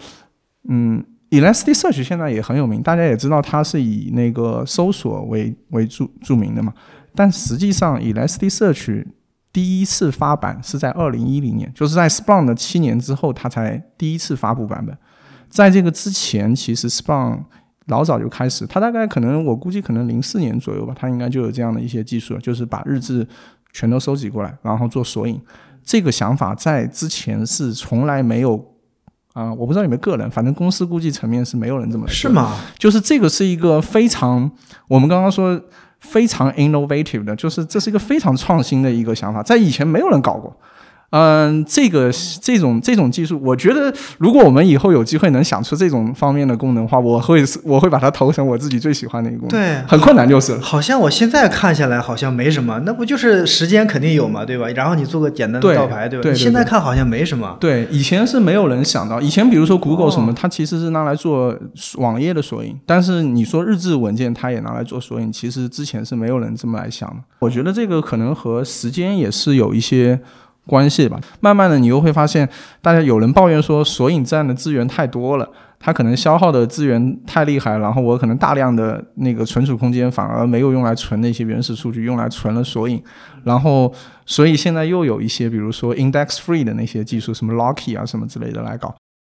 Elasticsearch 现在也很有名，大家也知道它是以那个搜索为著名的嘛。但实际上 Elasticsearch 第一次发版是在2010年，就是在 Splunk 的7年之后它才第一次发布版本。在这个之前其实 Splunk老早就开始，他大概我估计可能04年左右吧，他应该就有这样的一些技术了，就是把日志全都收集过来，然后做索引。这个想法在之前是从来没有我不知道你们个人，反正公司估计层面是没有人这么做。 是吗？ 就是这个是一个非常，我们刚刚说非常 innovative 的，就是这是一个非常创新的一个想法，在以前没有人搞过。 这种技术，我觉得如果我们以后有机会能想出这种方面的功能的话，我会把它投成我自己最喜欢的一个功能。 对， 很困难就是了。 好像我现在看下来好像没什么，那不就是时间肯定有嘛，对吧？然后你做个简单的倒排，对吧？ 对， 你现在看好像没什么。 对，以前是没有人想到，以前比如说 Google 什么，它其实是拿来做网页的索引，但是你说日志文件它也拿来做索引，其实之前是没有人这么来想的。我觉得这个可能和时间也是有一些关系吧。慢慢的你又会发现，大家有人抱怨说索引站的资源太多了，它可能消耗的资源太厉害，然后我可能大量的那个存储空间反而没有用来存那些原始数据，用来存了索引。然后所以现在又有一些比如说 index free 的那些技术，什么 Locky 啊什么之类的来搞。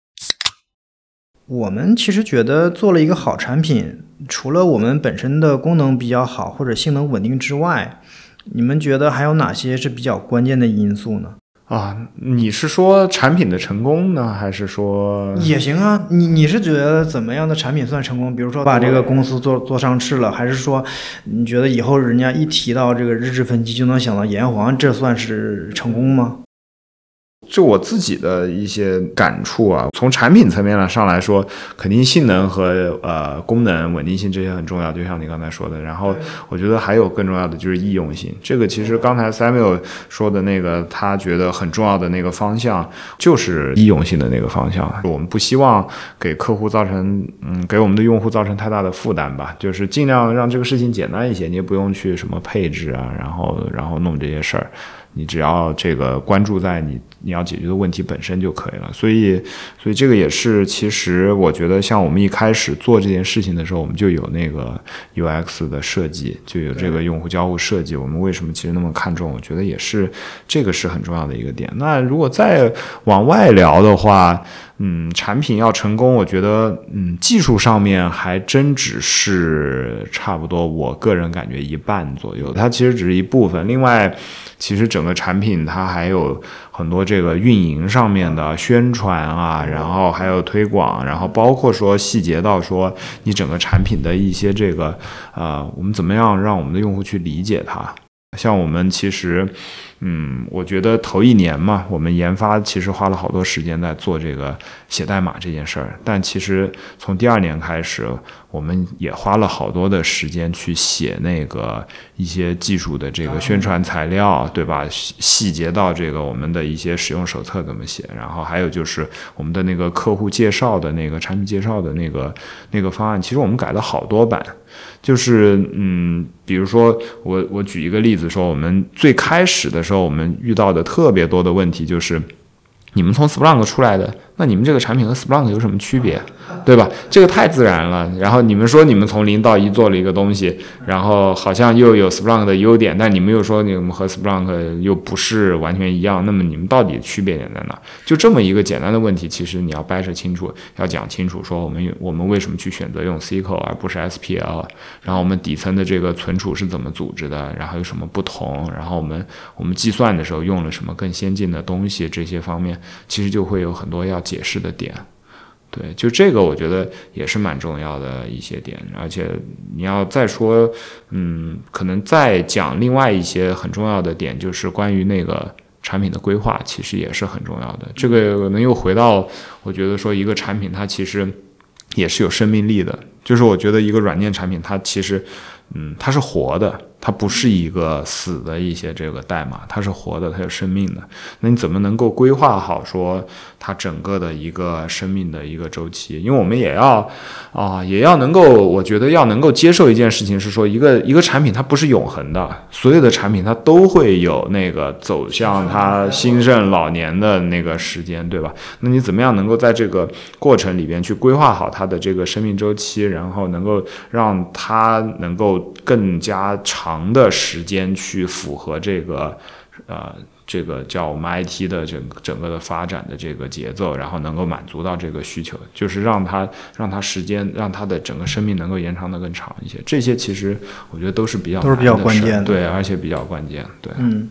我们其实觉得做了一个好产品，除了我们本身的功能比较好或者性能稳定之外，你们觉得还有哪些是比较关键的因素呢？ 你是说产品的成功呢，还是说也行啊？你是觉得怎么样的产品算成功？比如说把这个公司做上市了，还是说你觉得以后人家一提到这个日志分析就能想到炎黄，这算是成功吗？ 就我自己的一些感触啊，从产品层面上来说，肯定性能和功能稳定性这些很重要，就像你刚才说的。然后我觉得还有更重要的就是易用性，这个其实刚才 Samuel 说的那个他觉得很重要的那个方向就是易用性的那个方向。我们不希望给客户造成给我们的用户造成太大的负担吧，就是尽量让这个事情简单一些，你也不用去什么配置啊，然后弄这些事儿。你只要这个关注在你要解决的问题本身就可以了，所以这个也是，其实我觉得像我们一开始做这件事情的时候，我们就有那个 UX 的设计，就有这个用户交互设计。我们为什么其实那么看重？我觉得也是这个是很重要的一个点。那如果再往外聊的话，产品要成功，我觉得技术上面还真只是差不多，我个人感觉一半左右，它其实只是一部分。另外，其实整个产品它还有很多这个运营上面的宣传啊，然后还有推广，然后包括说细节到说你整个产品的一些这个我们怎么样让我们的用户去理解它。像我们其实我觉得头1年嘛，我们研发其实花了好多时间在做这个写代码这件事儿，但其实从第2年开始，我们也花了好多的时间去写那个一些技术的这个宣传材料，对吧？细节到这个我们的一些使用手册怎么写，然后还有就是我们的那个客户介绍的那个产品介绍的那个方案，其实我们改了好多版。就是比如说我举一个例子说，我们最开始的时候我们遇到的特别多的问题就是你们从 Splunk 出来的，那你们这个产品和 Splunk 有什么区别，对吧？这个太自然了。然后你们说你们从0到1做了一个东西，然后好像又有 Splunk 的优点，但你们又说你们和 Splunk 又不是完全一样，那么你们到底区别点在哪？就这么一个简单的问题，其实你要掰扯清楚，要讲清楚，说我们为什么去选择用 SQL 而不是 SPL， 然后我们底层的这个存储是怎么组织的，然后有什么不同，然后我们计算的时候用了什么更先进的东西，这些方面其实就会有很多要解释的点。对，就这个我觉得也是蛮重要的一些点。而且你要再说可能再讲另外一些很重要的点，就是关于那个产品的规划，其实也是很重要的。这个可能又回到我觉得说一个产品它其实也是有生命力的，就是我觉得一个软件产品它其实它是活的，它不是一个死的一些这个代码，它是活的，它有生命的。那你怎么能够规划好说它整个的一个生命的一个周期？因为我们也要能够，我觉得要能够接受一件事情是说，一个产品它不是永恒的，所有的产品它都会有那个走向它兴盛老年的那个时间，对吧？那你怎么样能够在这个过程里边去规划好它的这个生命周期，然后能够让它能够更加长的时间去符合这个叫我们 IT 的整个的发展的这个节奏，然后能够满足到这个需求，就是让它时间，让它的整个生命能够延长的更长一些。这些其实我觉得都是比较关键的， 对，而且比较关键。对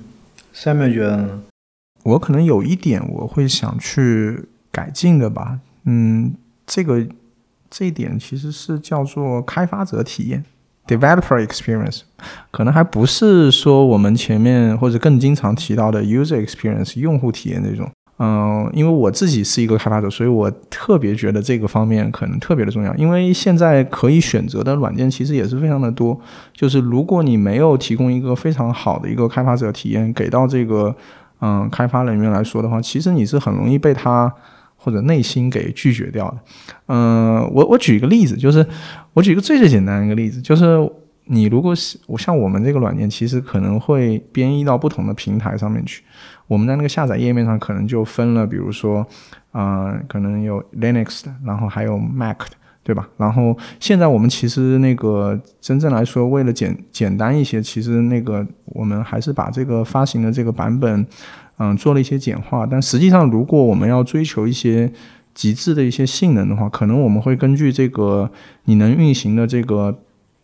Samuel 觉得呢？ 我可能有一点我会想去改进的吧。这一点其实是叫做开发者体验。 developer experience， 可能还不是说我们前面或者更经常提到的 user experience 用户体验这种。因为我自己是一个开发者，所以我特别觉得这个方面可能特别的重要。因为现在可以选择的软件其实也是非常的多，就是如果你没有提供一个非常好的一个开发者体验给到这个开发人员来说的话，其实你是很容易被他或者内心给拒绝掉的。我举一个例子，就是我举一个最简单的一个例子，就是你如果像我们这个软件其实可能会编译到不同的平台上面去，我们在那个下载页面上可能就分了，比如说可能有 Linux 的，然后还有 Mac 的，对吧？然后现在我们其实那个真正来说为了简单一些，其实那个我们还是把这个发行的这个版本做了一些简化，但实际上如果我们要追求一些极致的一些性能的话，可能我们会根据这个你能运行的这个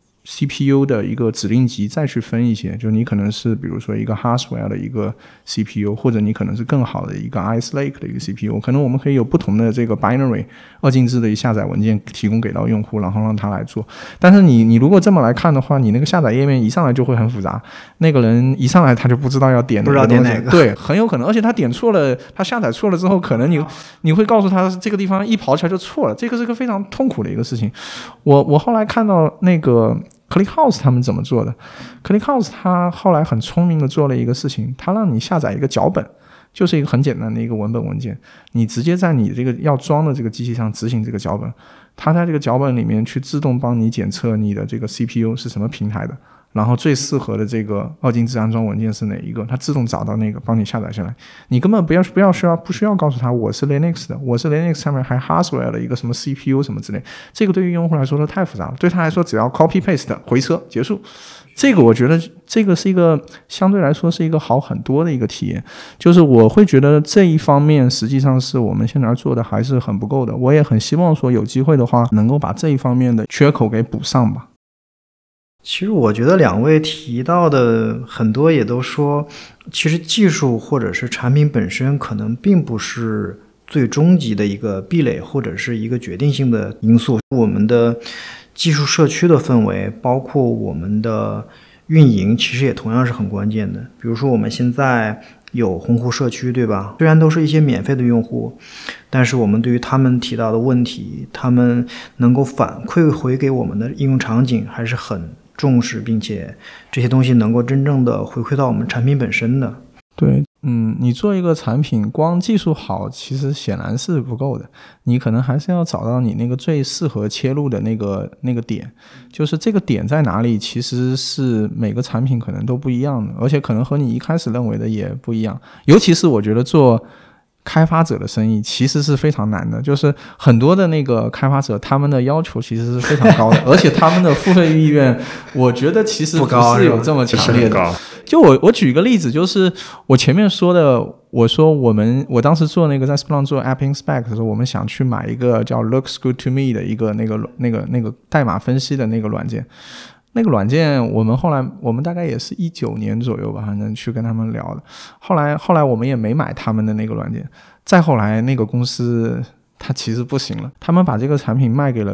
CPU 的一个指令集再去分一些，就你可能是比如说一个 Haswell 的一个 CPU， 或者你可能是更好的一个 Ice Lake 的一个 CPU， 可能我们可以有不同的这个 binary 二进制的下载文件提供给到用户，然后让他来做。但是你如果这么来看的话，你那个下载页面一上来就会很复杂，那个人一上来他就不知道要点哪个东西， 不知道点哪个， 对，很有可能，而且他点错了，他下载错了之后，可能你会告诉他这个地方一跑起来就错了，这个是个非常痛苦的一个事情。我后来看到那个ClickHouse 他们怎么做的？ ClickHouse 他后来很聪明的做了一个事情，他让你下载一个脚本，就是一个很简单的一个文本文件，你直接在你这个要装的这个机器上执行这个脚本，它在这个脚本里面去自动帮你检测你的这个 CPU 是什么平台的，然后最适合的这个二进制安装文件是哪一个，它自动找到那个帮你下载下来，你根本不需要告诉他我是 Linux 的，我是 Linux 上面还 Haswell 的一个什么 CPU 什么之类，这个对于用户来说都太复杂了，对他来说只要 copy paste 回车结束。这个我觉得这个是一个相对来说是一个好很多的一个体验，就是我会觉得这一方面实际上是我们现在做的还是很不够的，我也很希望说有机会的话能够把这一方面的缺口给补上吧。 其实我觉得两位提到的很多也都说，其实技术或者是产品本身可能并不是最终极的一个壁垒或者是一个决定性的因素，我们的技术社区的氛围包括我们的运营其实也同样是很关键的。比如说我们现在有鸿鹄社区，对吧？虽然都是一些免费的用户，但是我们对于他们提到的问题，他们能够反馈回给我们的应用场景还是很重视，并且这些东西能够真正的回馈到我们产品本身的。 对，你做一个产品光技术好其实显然是不够的，你可能还是要找到你那个最适合切入的那个点，就是这个点在哪里其实是每个产品可能都不一样的，而且可能和你一开始认为的也不一样。尤其是我觉得做开发者的生意其实是非常难的，就是很多的那个开发者他们的要求其实是非常高的，而且他们的付费意愿我觉得其实不是有这么强烈的。就我举一个例子，就是我前面说的，我说我当时做那个在 Splunk 做 App Inspect 的时候，我们想去买一个叫 Looks Good to Me 的一个那个代码分析的那个软件。那个软件我们大概也是19年左右吧，反正去跟他们聊的。后来我们也没买他们的那个软件。再后来那个公司它其实不行了，他们把这个产品卖给了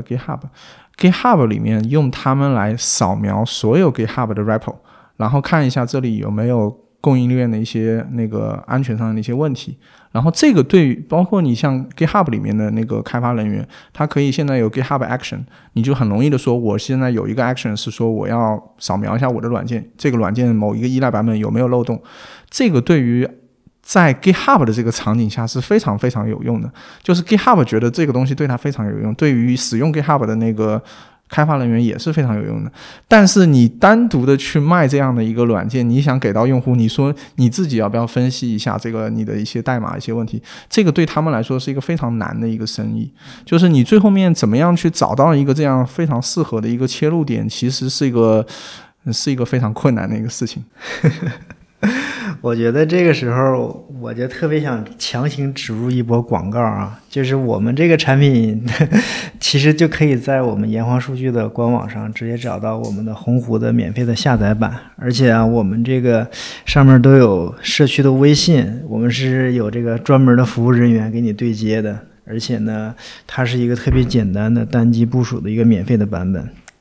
GitHub 里面用他们来扫描所有 GitHub 的 repo， 然后看一下这里有没有供应链的一些那个安全上的一些问题。然后这个对于包括你像 GitHub 里面的那个开发人员，他可以现在有 GitHub Action， 你就很容易的说我现在有一个 Action 是说我要扫描一下我的软件，这个软件某一个依赖版本有没有漏洞，这个对于在 GitHub 的这个场景下是非常非常有用的，就是 GitHub 觉得这个东西对他非常有用，对于使用 GitHub 的那个开发人员也是非常有用的。但是你单独的去卖这样的一个软件，你想给到用户，你说你自己要不要分析一下这个你的一些代码一些问题，这个对他们来说是一个非常难的一个生意，就是你最后面怎么样去找到一个这样非常适合的一个切入点，其实是一个非常困难的一个事情。 我觉得这个时候我就特别想强行植入一波广告啊，就是我们这个产品其实就可以在我们炎黄数据的官网上直接找到我们的鸿鹄的免费的下载版，而且啊，我们这个上面都有社区的微信，我们是有这个专门的服务人员给你对接的，而且呢，它是一个特别简单的单机部署的一个免费的版本。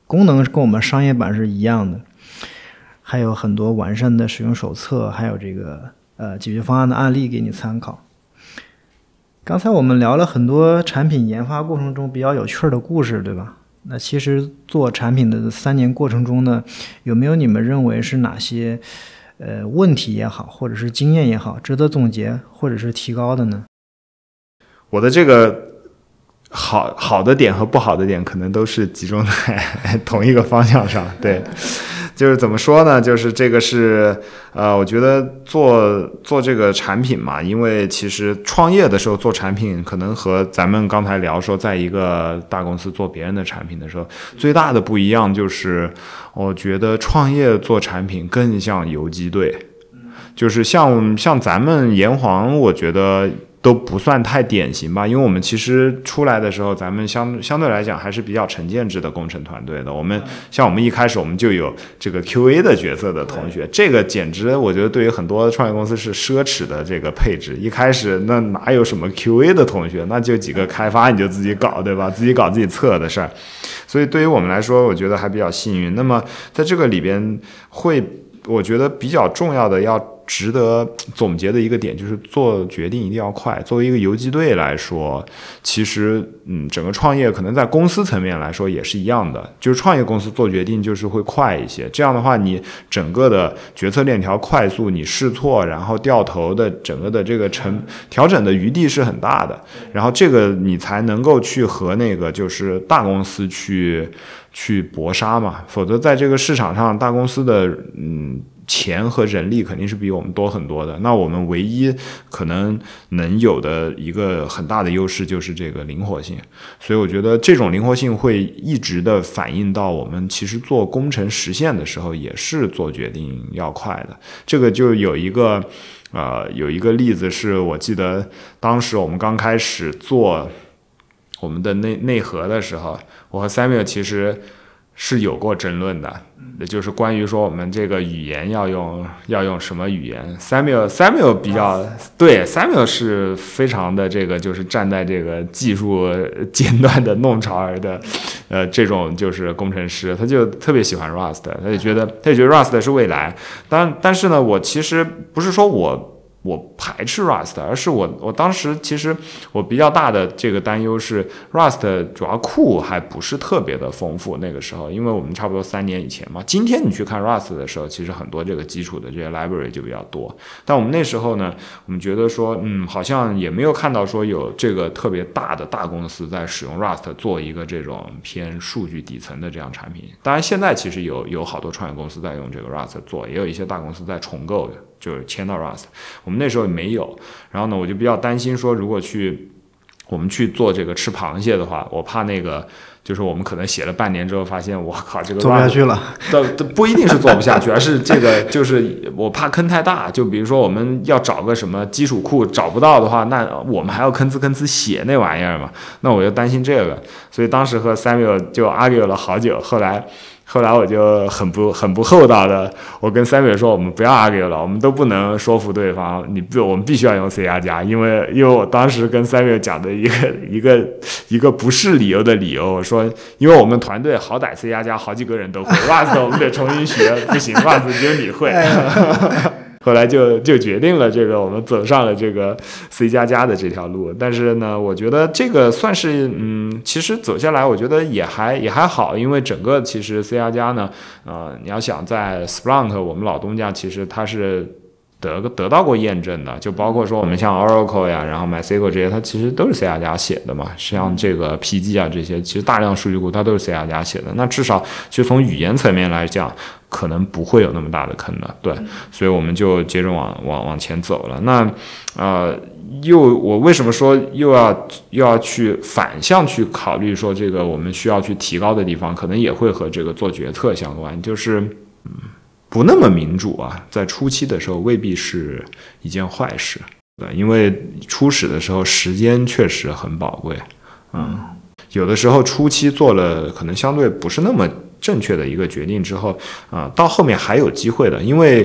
功能跟我们商业版是一样的，还有很多完善的使用手册，还有这个解决方案的案例给你参考。刚才我们聊了很多产品研发过程中比较有趣的故事，对吧？那其实做产品的3年过程中呢，有没有你们认为是哪些问题也好，或者是经验也好，值得总结或者是提高的呢？ 我的这个好的点和不好的点可能都是集中在同一个方向上，对。就是怎么说呢？就是这个是我觉得做这个产品嘛，因为其实创业的时候做产品，可能和咱们刚才聊说，在一个大公司做别人的产品的时候，最大的不一样就是，我觉得创业做产品更像游击队，就是像咱们炎黄，我觉得都不算太典型吧，因为我们其实出来的时候，咱们相对来讲还是比较成建制的工程团队的。我们一开始我们就有这个 QA 的角色的同学，这个简直我觉得对于很多创业公司是奢侈的这个配置。一开始那哪有什么 QA 的同学，那就几个开发你就自己搞，对吧？自己搞自己测的事儿。所以对于我们来说，我觉得还比较幸运。那么在这个里边我觉得比较重要的要值得总结的一个点就是做决定一定要快。作为一个游击队来说，其实整个创业可能在公司层面来说也是一样的，就是创业公司做决定就是会快一些。这样的话，你整个的决策链条快速，你试错然后掉头的整个的这个调整的余地是很大的。然后这个你才能够去和那个就是大公司去搏杀嘛，否则在这个市场上，大公司的钱和人力肯定是比我们多很多的。那我们唯一可能有的一个很大的优势就是这个灵活性，所以我觉得这种灵活性会一直的反映到我们其实做工程实现的时候，也是做决定要快的。这个就有一个例子是我记得当时我们刚开始做我们的内核的时候，我和 Samuel 其实是有过争论的，就是关于说我们这个语言要用什么语言。Samuel 比较对 Samuel 是非常的这个就是站在这个技术尖端的弄潮儿的这种就是工程师，他就特别喜欢 Rust， 他就觉得 Rust 是未来。但是呢，我其实不是说我排斥 Rust， 而是我当时其实我比较大的这个担忧是 Rust 主要库还不是特别的丰富，那个时候因为我们差不多3年以前嘛。今天你去看 Rust 的时候，其实很多这个基础的这些 library 就比较多，但我们那时候呢，我们觉得说好像也没有看到说有这个特别大的大公司在使用 Rust 做一个这种偏数据底层的这样产品。当然现在其实有好多创业公司在用这个 Rust 做，也有一些大公司在重构的，就是迁到 Rust， 我们那时候也没有。然后呢，我就比较担心说，如果我们去做这个吃螃蟹的话，我怕那个就是我们可能写了半年之后发现，我靠，这个 Rust 做不下去了。 不一定是做不下去，而是这个就是我怕坑太大。就比如说我们要找个什么基础库找不到的话，那我们还要吭哧写那玩意儿嘛，那我就担心这个。所以当时和 Samuel 就 argue 了好久，后来我就很不厚道的，我跟Samuel说，我们不要 argue 了，我们都不能说服对方，我们必须要用 C++，因为我当时跟Samuel 讲的一个不是理由的理由，我说因为我们团队好歹 C++ 好几个人都会，Rust 我们得重新学，不行 ，Rust 只有你会。后来就决定了这个，我们走上了这个 C++ 的这条路。但是呢，我觉得这个算是其实走下来，我觉得也还好，因为整个其实 C++ 呢，你要想在 Splunk 我们老东家，其实它是得到过验证的，就包括说我们像 Oracle 呀，然后 MySQL 这些，它其实都是 C++ 写的嘛。像这个 PG 啊这些，其实大量数据库它都是 C++ 写的。那至少其实从语言层面来讲，可能不会有那么大的坑的，对。所以我们就接着往前走了。那我为什么说又要去反向去考虑说这个我们需要去提高的地方，可能也会和这个做决策相关，就是不那么民主啊，在初期的时候未必是一件坏事，对，因为初始的时候时间确实很宝贵，有的时候初期做了可能相对不是那么正确的一个决定之后，到后面还有机会的，因为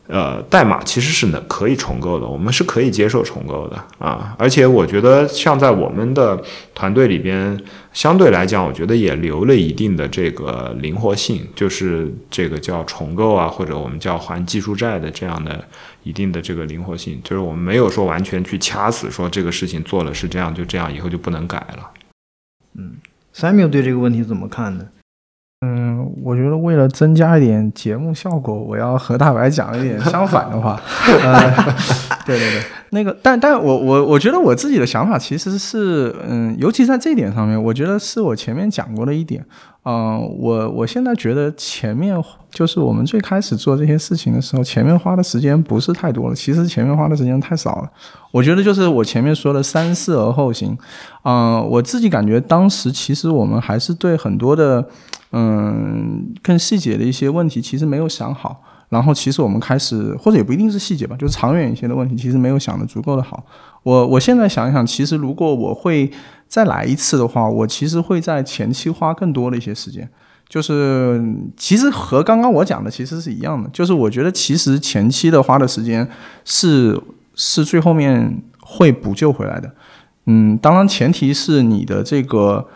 代码其实是可以重构的，我们是可以接受重构的啊。而且我觉得像在我们的团队里边，相对来讲，我觉得也留了一定的这个灵活性，就是这个叫重构啊，或者我们叫还技术债的这样的一定的这个灵活性，就是我们没有说完全去掐死说这个事情做了是这样就这样，以后就不能改了。 Samuel 对这个问题怎么看呢？ 我觉得为了增加一点节目效果，我要和大白讲一点相反的话。对，那个，但我觉得我自己的想法其实是，尤其在这一点上面，我觉得是我前面讲过的一点。我现在觉得前面就是我们最开始做这些事情的时候，前面花的时间不是太多了，其实前面花的时间太少了。我觉得就是我前面说的三思而后行。我自己感觉当时其实我们还是对很多的更细节的一些问题其实没有想好，然后其实我们开始，或者也不一定是细节吧，就是长远一些的问题其实没有想得足够的好。我现在想一想，其实如果我会再来一次的话，我其实会在前期花更多的一些时间，就是其实和刚刚我讲的其实是一样的，就是我觉得其实前期的花的时间是最后面会补救回来的。当然前提是你的这个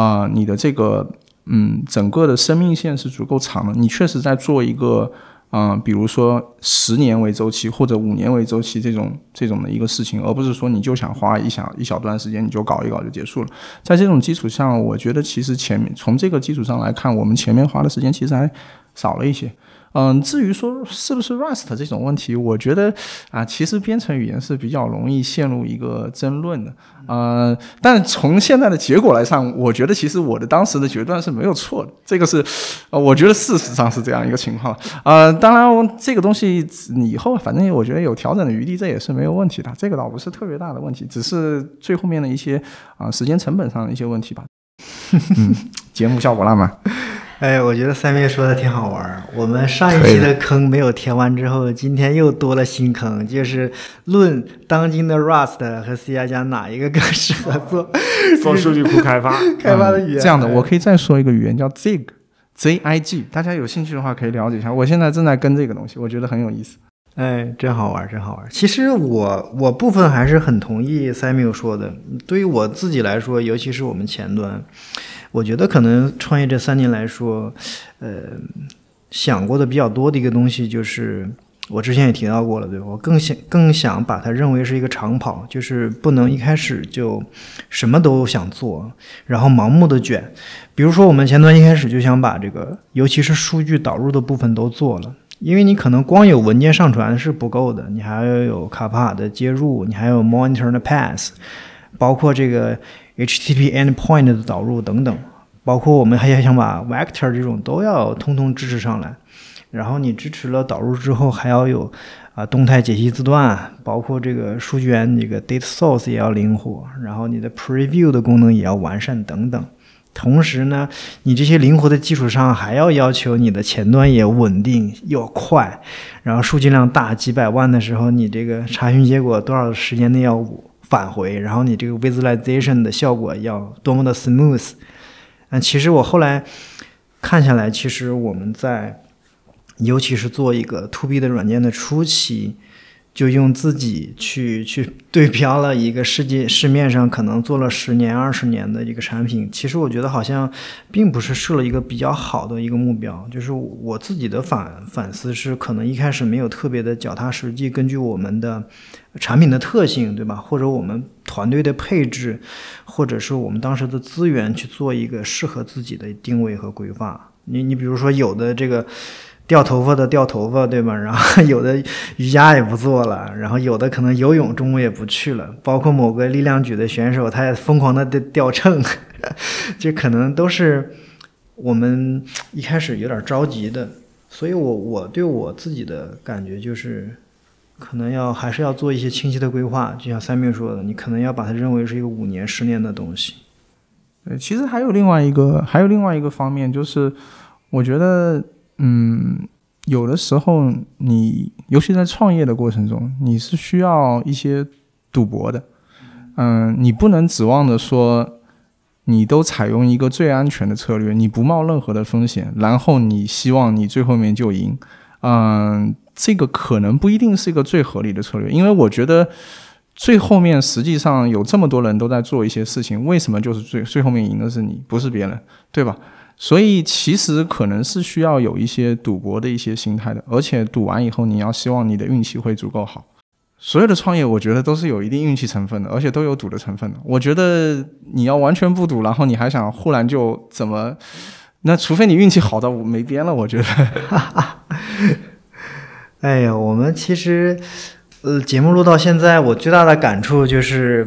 整个的生命线是足够长的，你确实在做一个比如说10年为周期或者5年为周期这种的一个事情，而不是说你就想花一小段时间你就搞一搞就结束了。在这种基础上，我觉得其实从这个基础上来看，我们前面花的时间其实还少了一些。至于说是不是 Rust 这种问题，我觉得其实编程语言是比较容易陷入一个争论的。但从现在的结果来上，我觉得其实我的当时的决断是没有错的，这个是我觉得事实上是这样一个情况。当然这个东西以后反正我觉得有调整的余地，这也是没有问题的，这个倒不是特别大的问题，只是最后面的一些时间成本上的一些问题吧。节目效果烂吗？ 我觉得三妹说的挺好玩。我们上一期的坑没有填完之后，今天又多了新坑，就是论当今的 Rust 和 C++ 哪一个更适合做数据库开发的语言。 这样的，我可以再说一个语言叫 ZIG，大家有兴趣的话可以了解一下。我现在正在跟这个东西，我觉得很有意思。 真好玩。其实我部分还是很同意 Samuel 说的。对于我自己来说，尤其是我们前端，我觉得可能创业这3年来说，想过的比较多的一个东西，就是我之前也提到过了，对吧？我更想把它认为是一个长跑，就是不能一开始就什么都想做，然后盲目的卷。比如说我们前端一开始就想把这个，尤其是数据导入的部分都做了。因为你可能光有文件上传是不够的，你还要有卡帕的接入，你还有 monitor 的 pass， 包括这个 HTTP endpoint 的导入等等，包括我们还想把 vector 这种都要通通支持上来。然后你支持了导入之后，还要有动态解析字段，包括这个数据源这个 data source 也要灵活，然后你的 preview 的功能也要完善等等。同时呢，你这些灵活的基础上，还要求你的前端也稳定又快，然后数据量大几百万的时候，你这个查询结果多少时间内要返回，然后你这个 visualization 的效果要多么的 smooth。其实我后来看下来，其实我们在尤其是做一个 to B 的软件的初期，就用自己去对标了一个市面上可能做了10年20年的一个产品。其实我觉得好像并不是设了一个比较好的一个目标，就是我自己的反思是，可能一开始没有特别的脚踏实地，根据我们的产品的特性，对吧？或者我们团队的配置，或者是我们当时的资源去做一个适合自己的定位和规划。你比如说有的这个掉头发的掉头发，对吧？然后有的瑜伽也不做了，然后有的可能游泳中午也不去了，包括某个力量举的选手，他也疯狂的掉秤，这可能都是我们一开始有点着急的。所以我对我自己的感觉就是，可能还是要做一些清晰的规划，就像Samuel说的，你可能要把它认为是一个5年10年的东西。 其实还有另外一个方面，就是我觉得有的时候你尤其在创业的过程中，你是需要一些赌博的。你不能指望着说你都采用一个最安全的策略，你不冒任何的风险，然后你希望你最后面就赢。 这个可能不一定是一个最合理的策略，因为我觉得最后面实际上有这么多人都在做一些事情，为什么就是最后面赢的是你，不是别人，对吧？所以其实可能是需要有一些赌博的一些心态的，而且赌完以后你要希望你的运气会足够好。所有的创业我觉得都是有一定运气成分的，而且都有赌的成分的。我觉得你要完全不赌，然后你还想忽然就怎么，那除非你运气好到没边了，我觉得。 哎呀，我们其实节目录到现在，我最大的感触就是，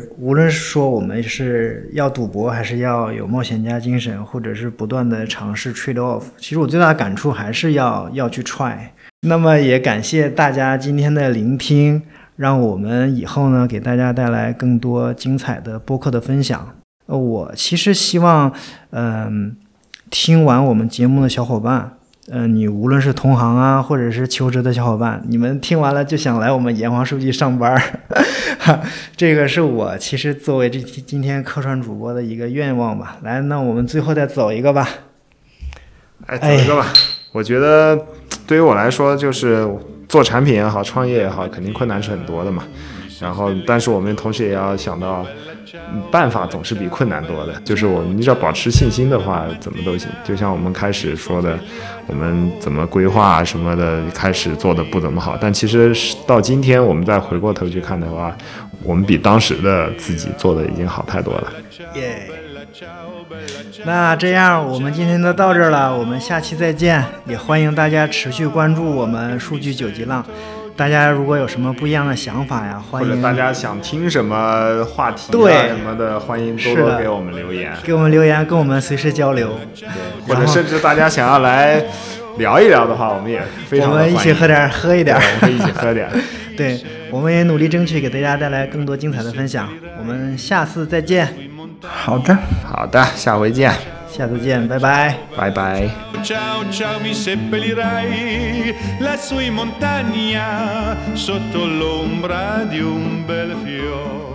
无论是说我们是要赌博，还是要有冒险家精神，或者是不断的尝试 trade off， 其实我最大的感触还是要去 try。那么也感谢大家今天的聆听，让我们以后呢给大家带来更多精彩的播客的分享。我其实希望，听完我们节目的小伙伴。你无论是同行啊，或者是求职的小伙伴，你们听完了就想来我们炎黄数据上班，这个是我其实作为今天客串主播的一个愿望吧。来，那我们最后再走一个吧。 走一个吧。我觉得对于我来说，就是做产品也好，创业也好，肯定困难是很多的嘛。然后，但是我们同时也要想到，办法总是比困难多的。就是你只要保持信心的话，怎么都行。就像我们开始说的，我们怎么规划什么的，开始做的不怎么好，但其实到今天我们再回过头去看的话，我们比当时的自己做的已经好太多了。 耶！那这样我们今天就到这儿了，我们下期再见。也欢迎大家持续关注我们数据九级浪。大家如果有什么不一样的想法呀，欢迎， 或者大家想听什么话题什么的，欢迎多多给我们留言， 跟我们随时交流。 对，或者甚至大家想要来聊一聊的话，我们也非常的欢迎。 我们一起喝一点， 我们可以一起喝点。 对，我们也努力争取给大家带来更多精彩的分享。我们下次再见。 好的， 下回见。 下次见，拜拜， 拜拜。 Ciao ciao mi seppellirai lassù in montagna sotto l'ombra di un bel fiore.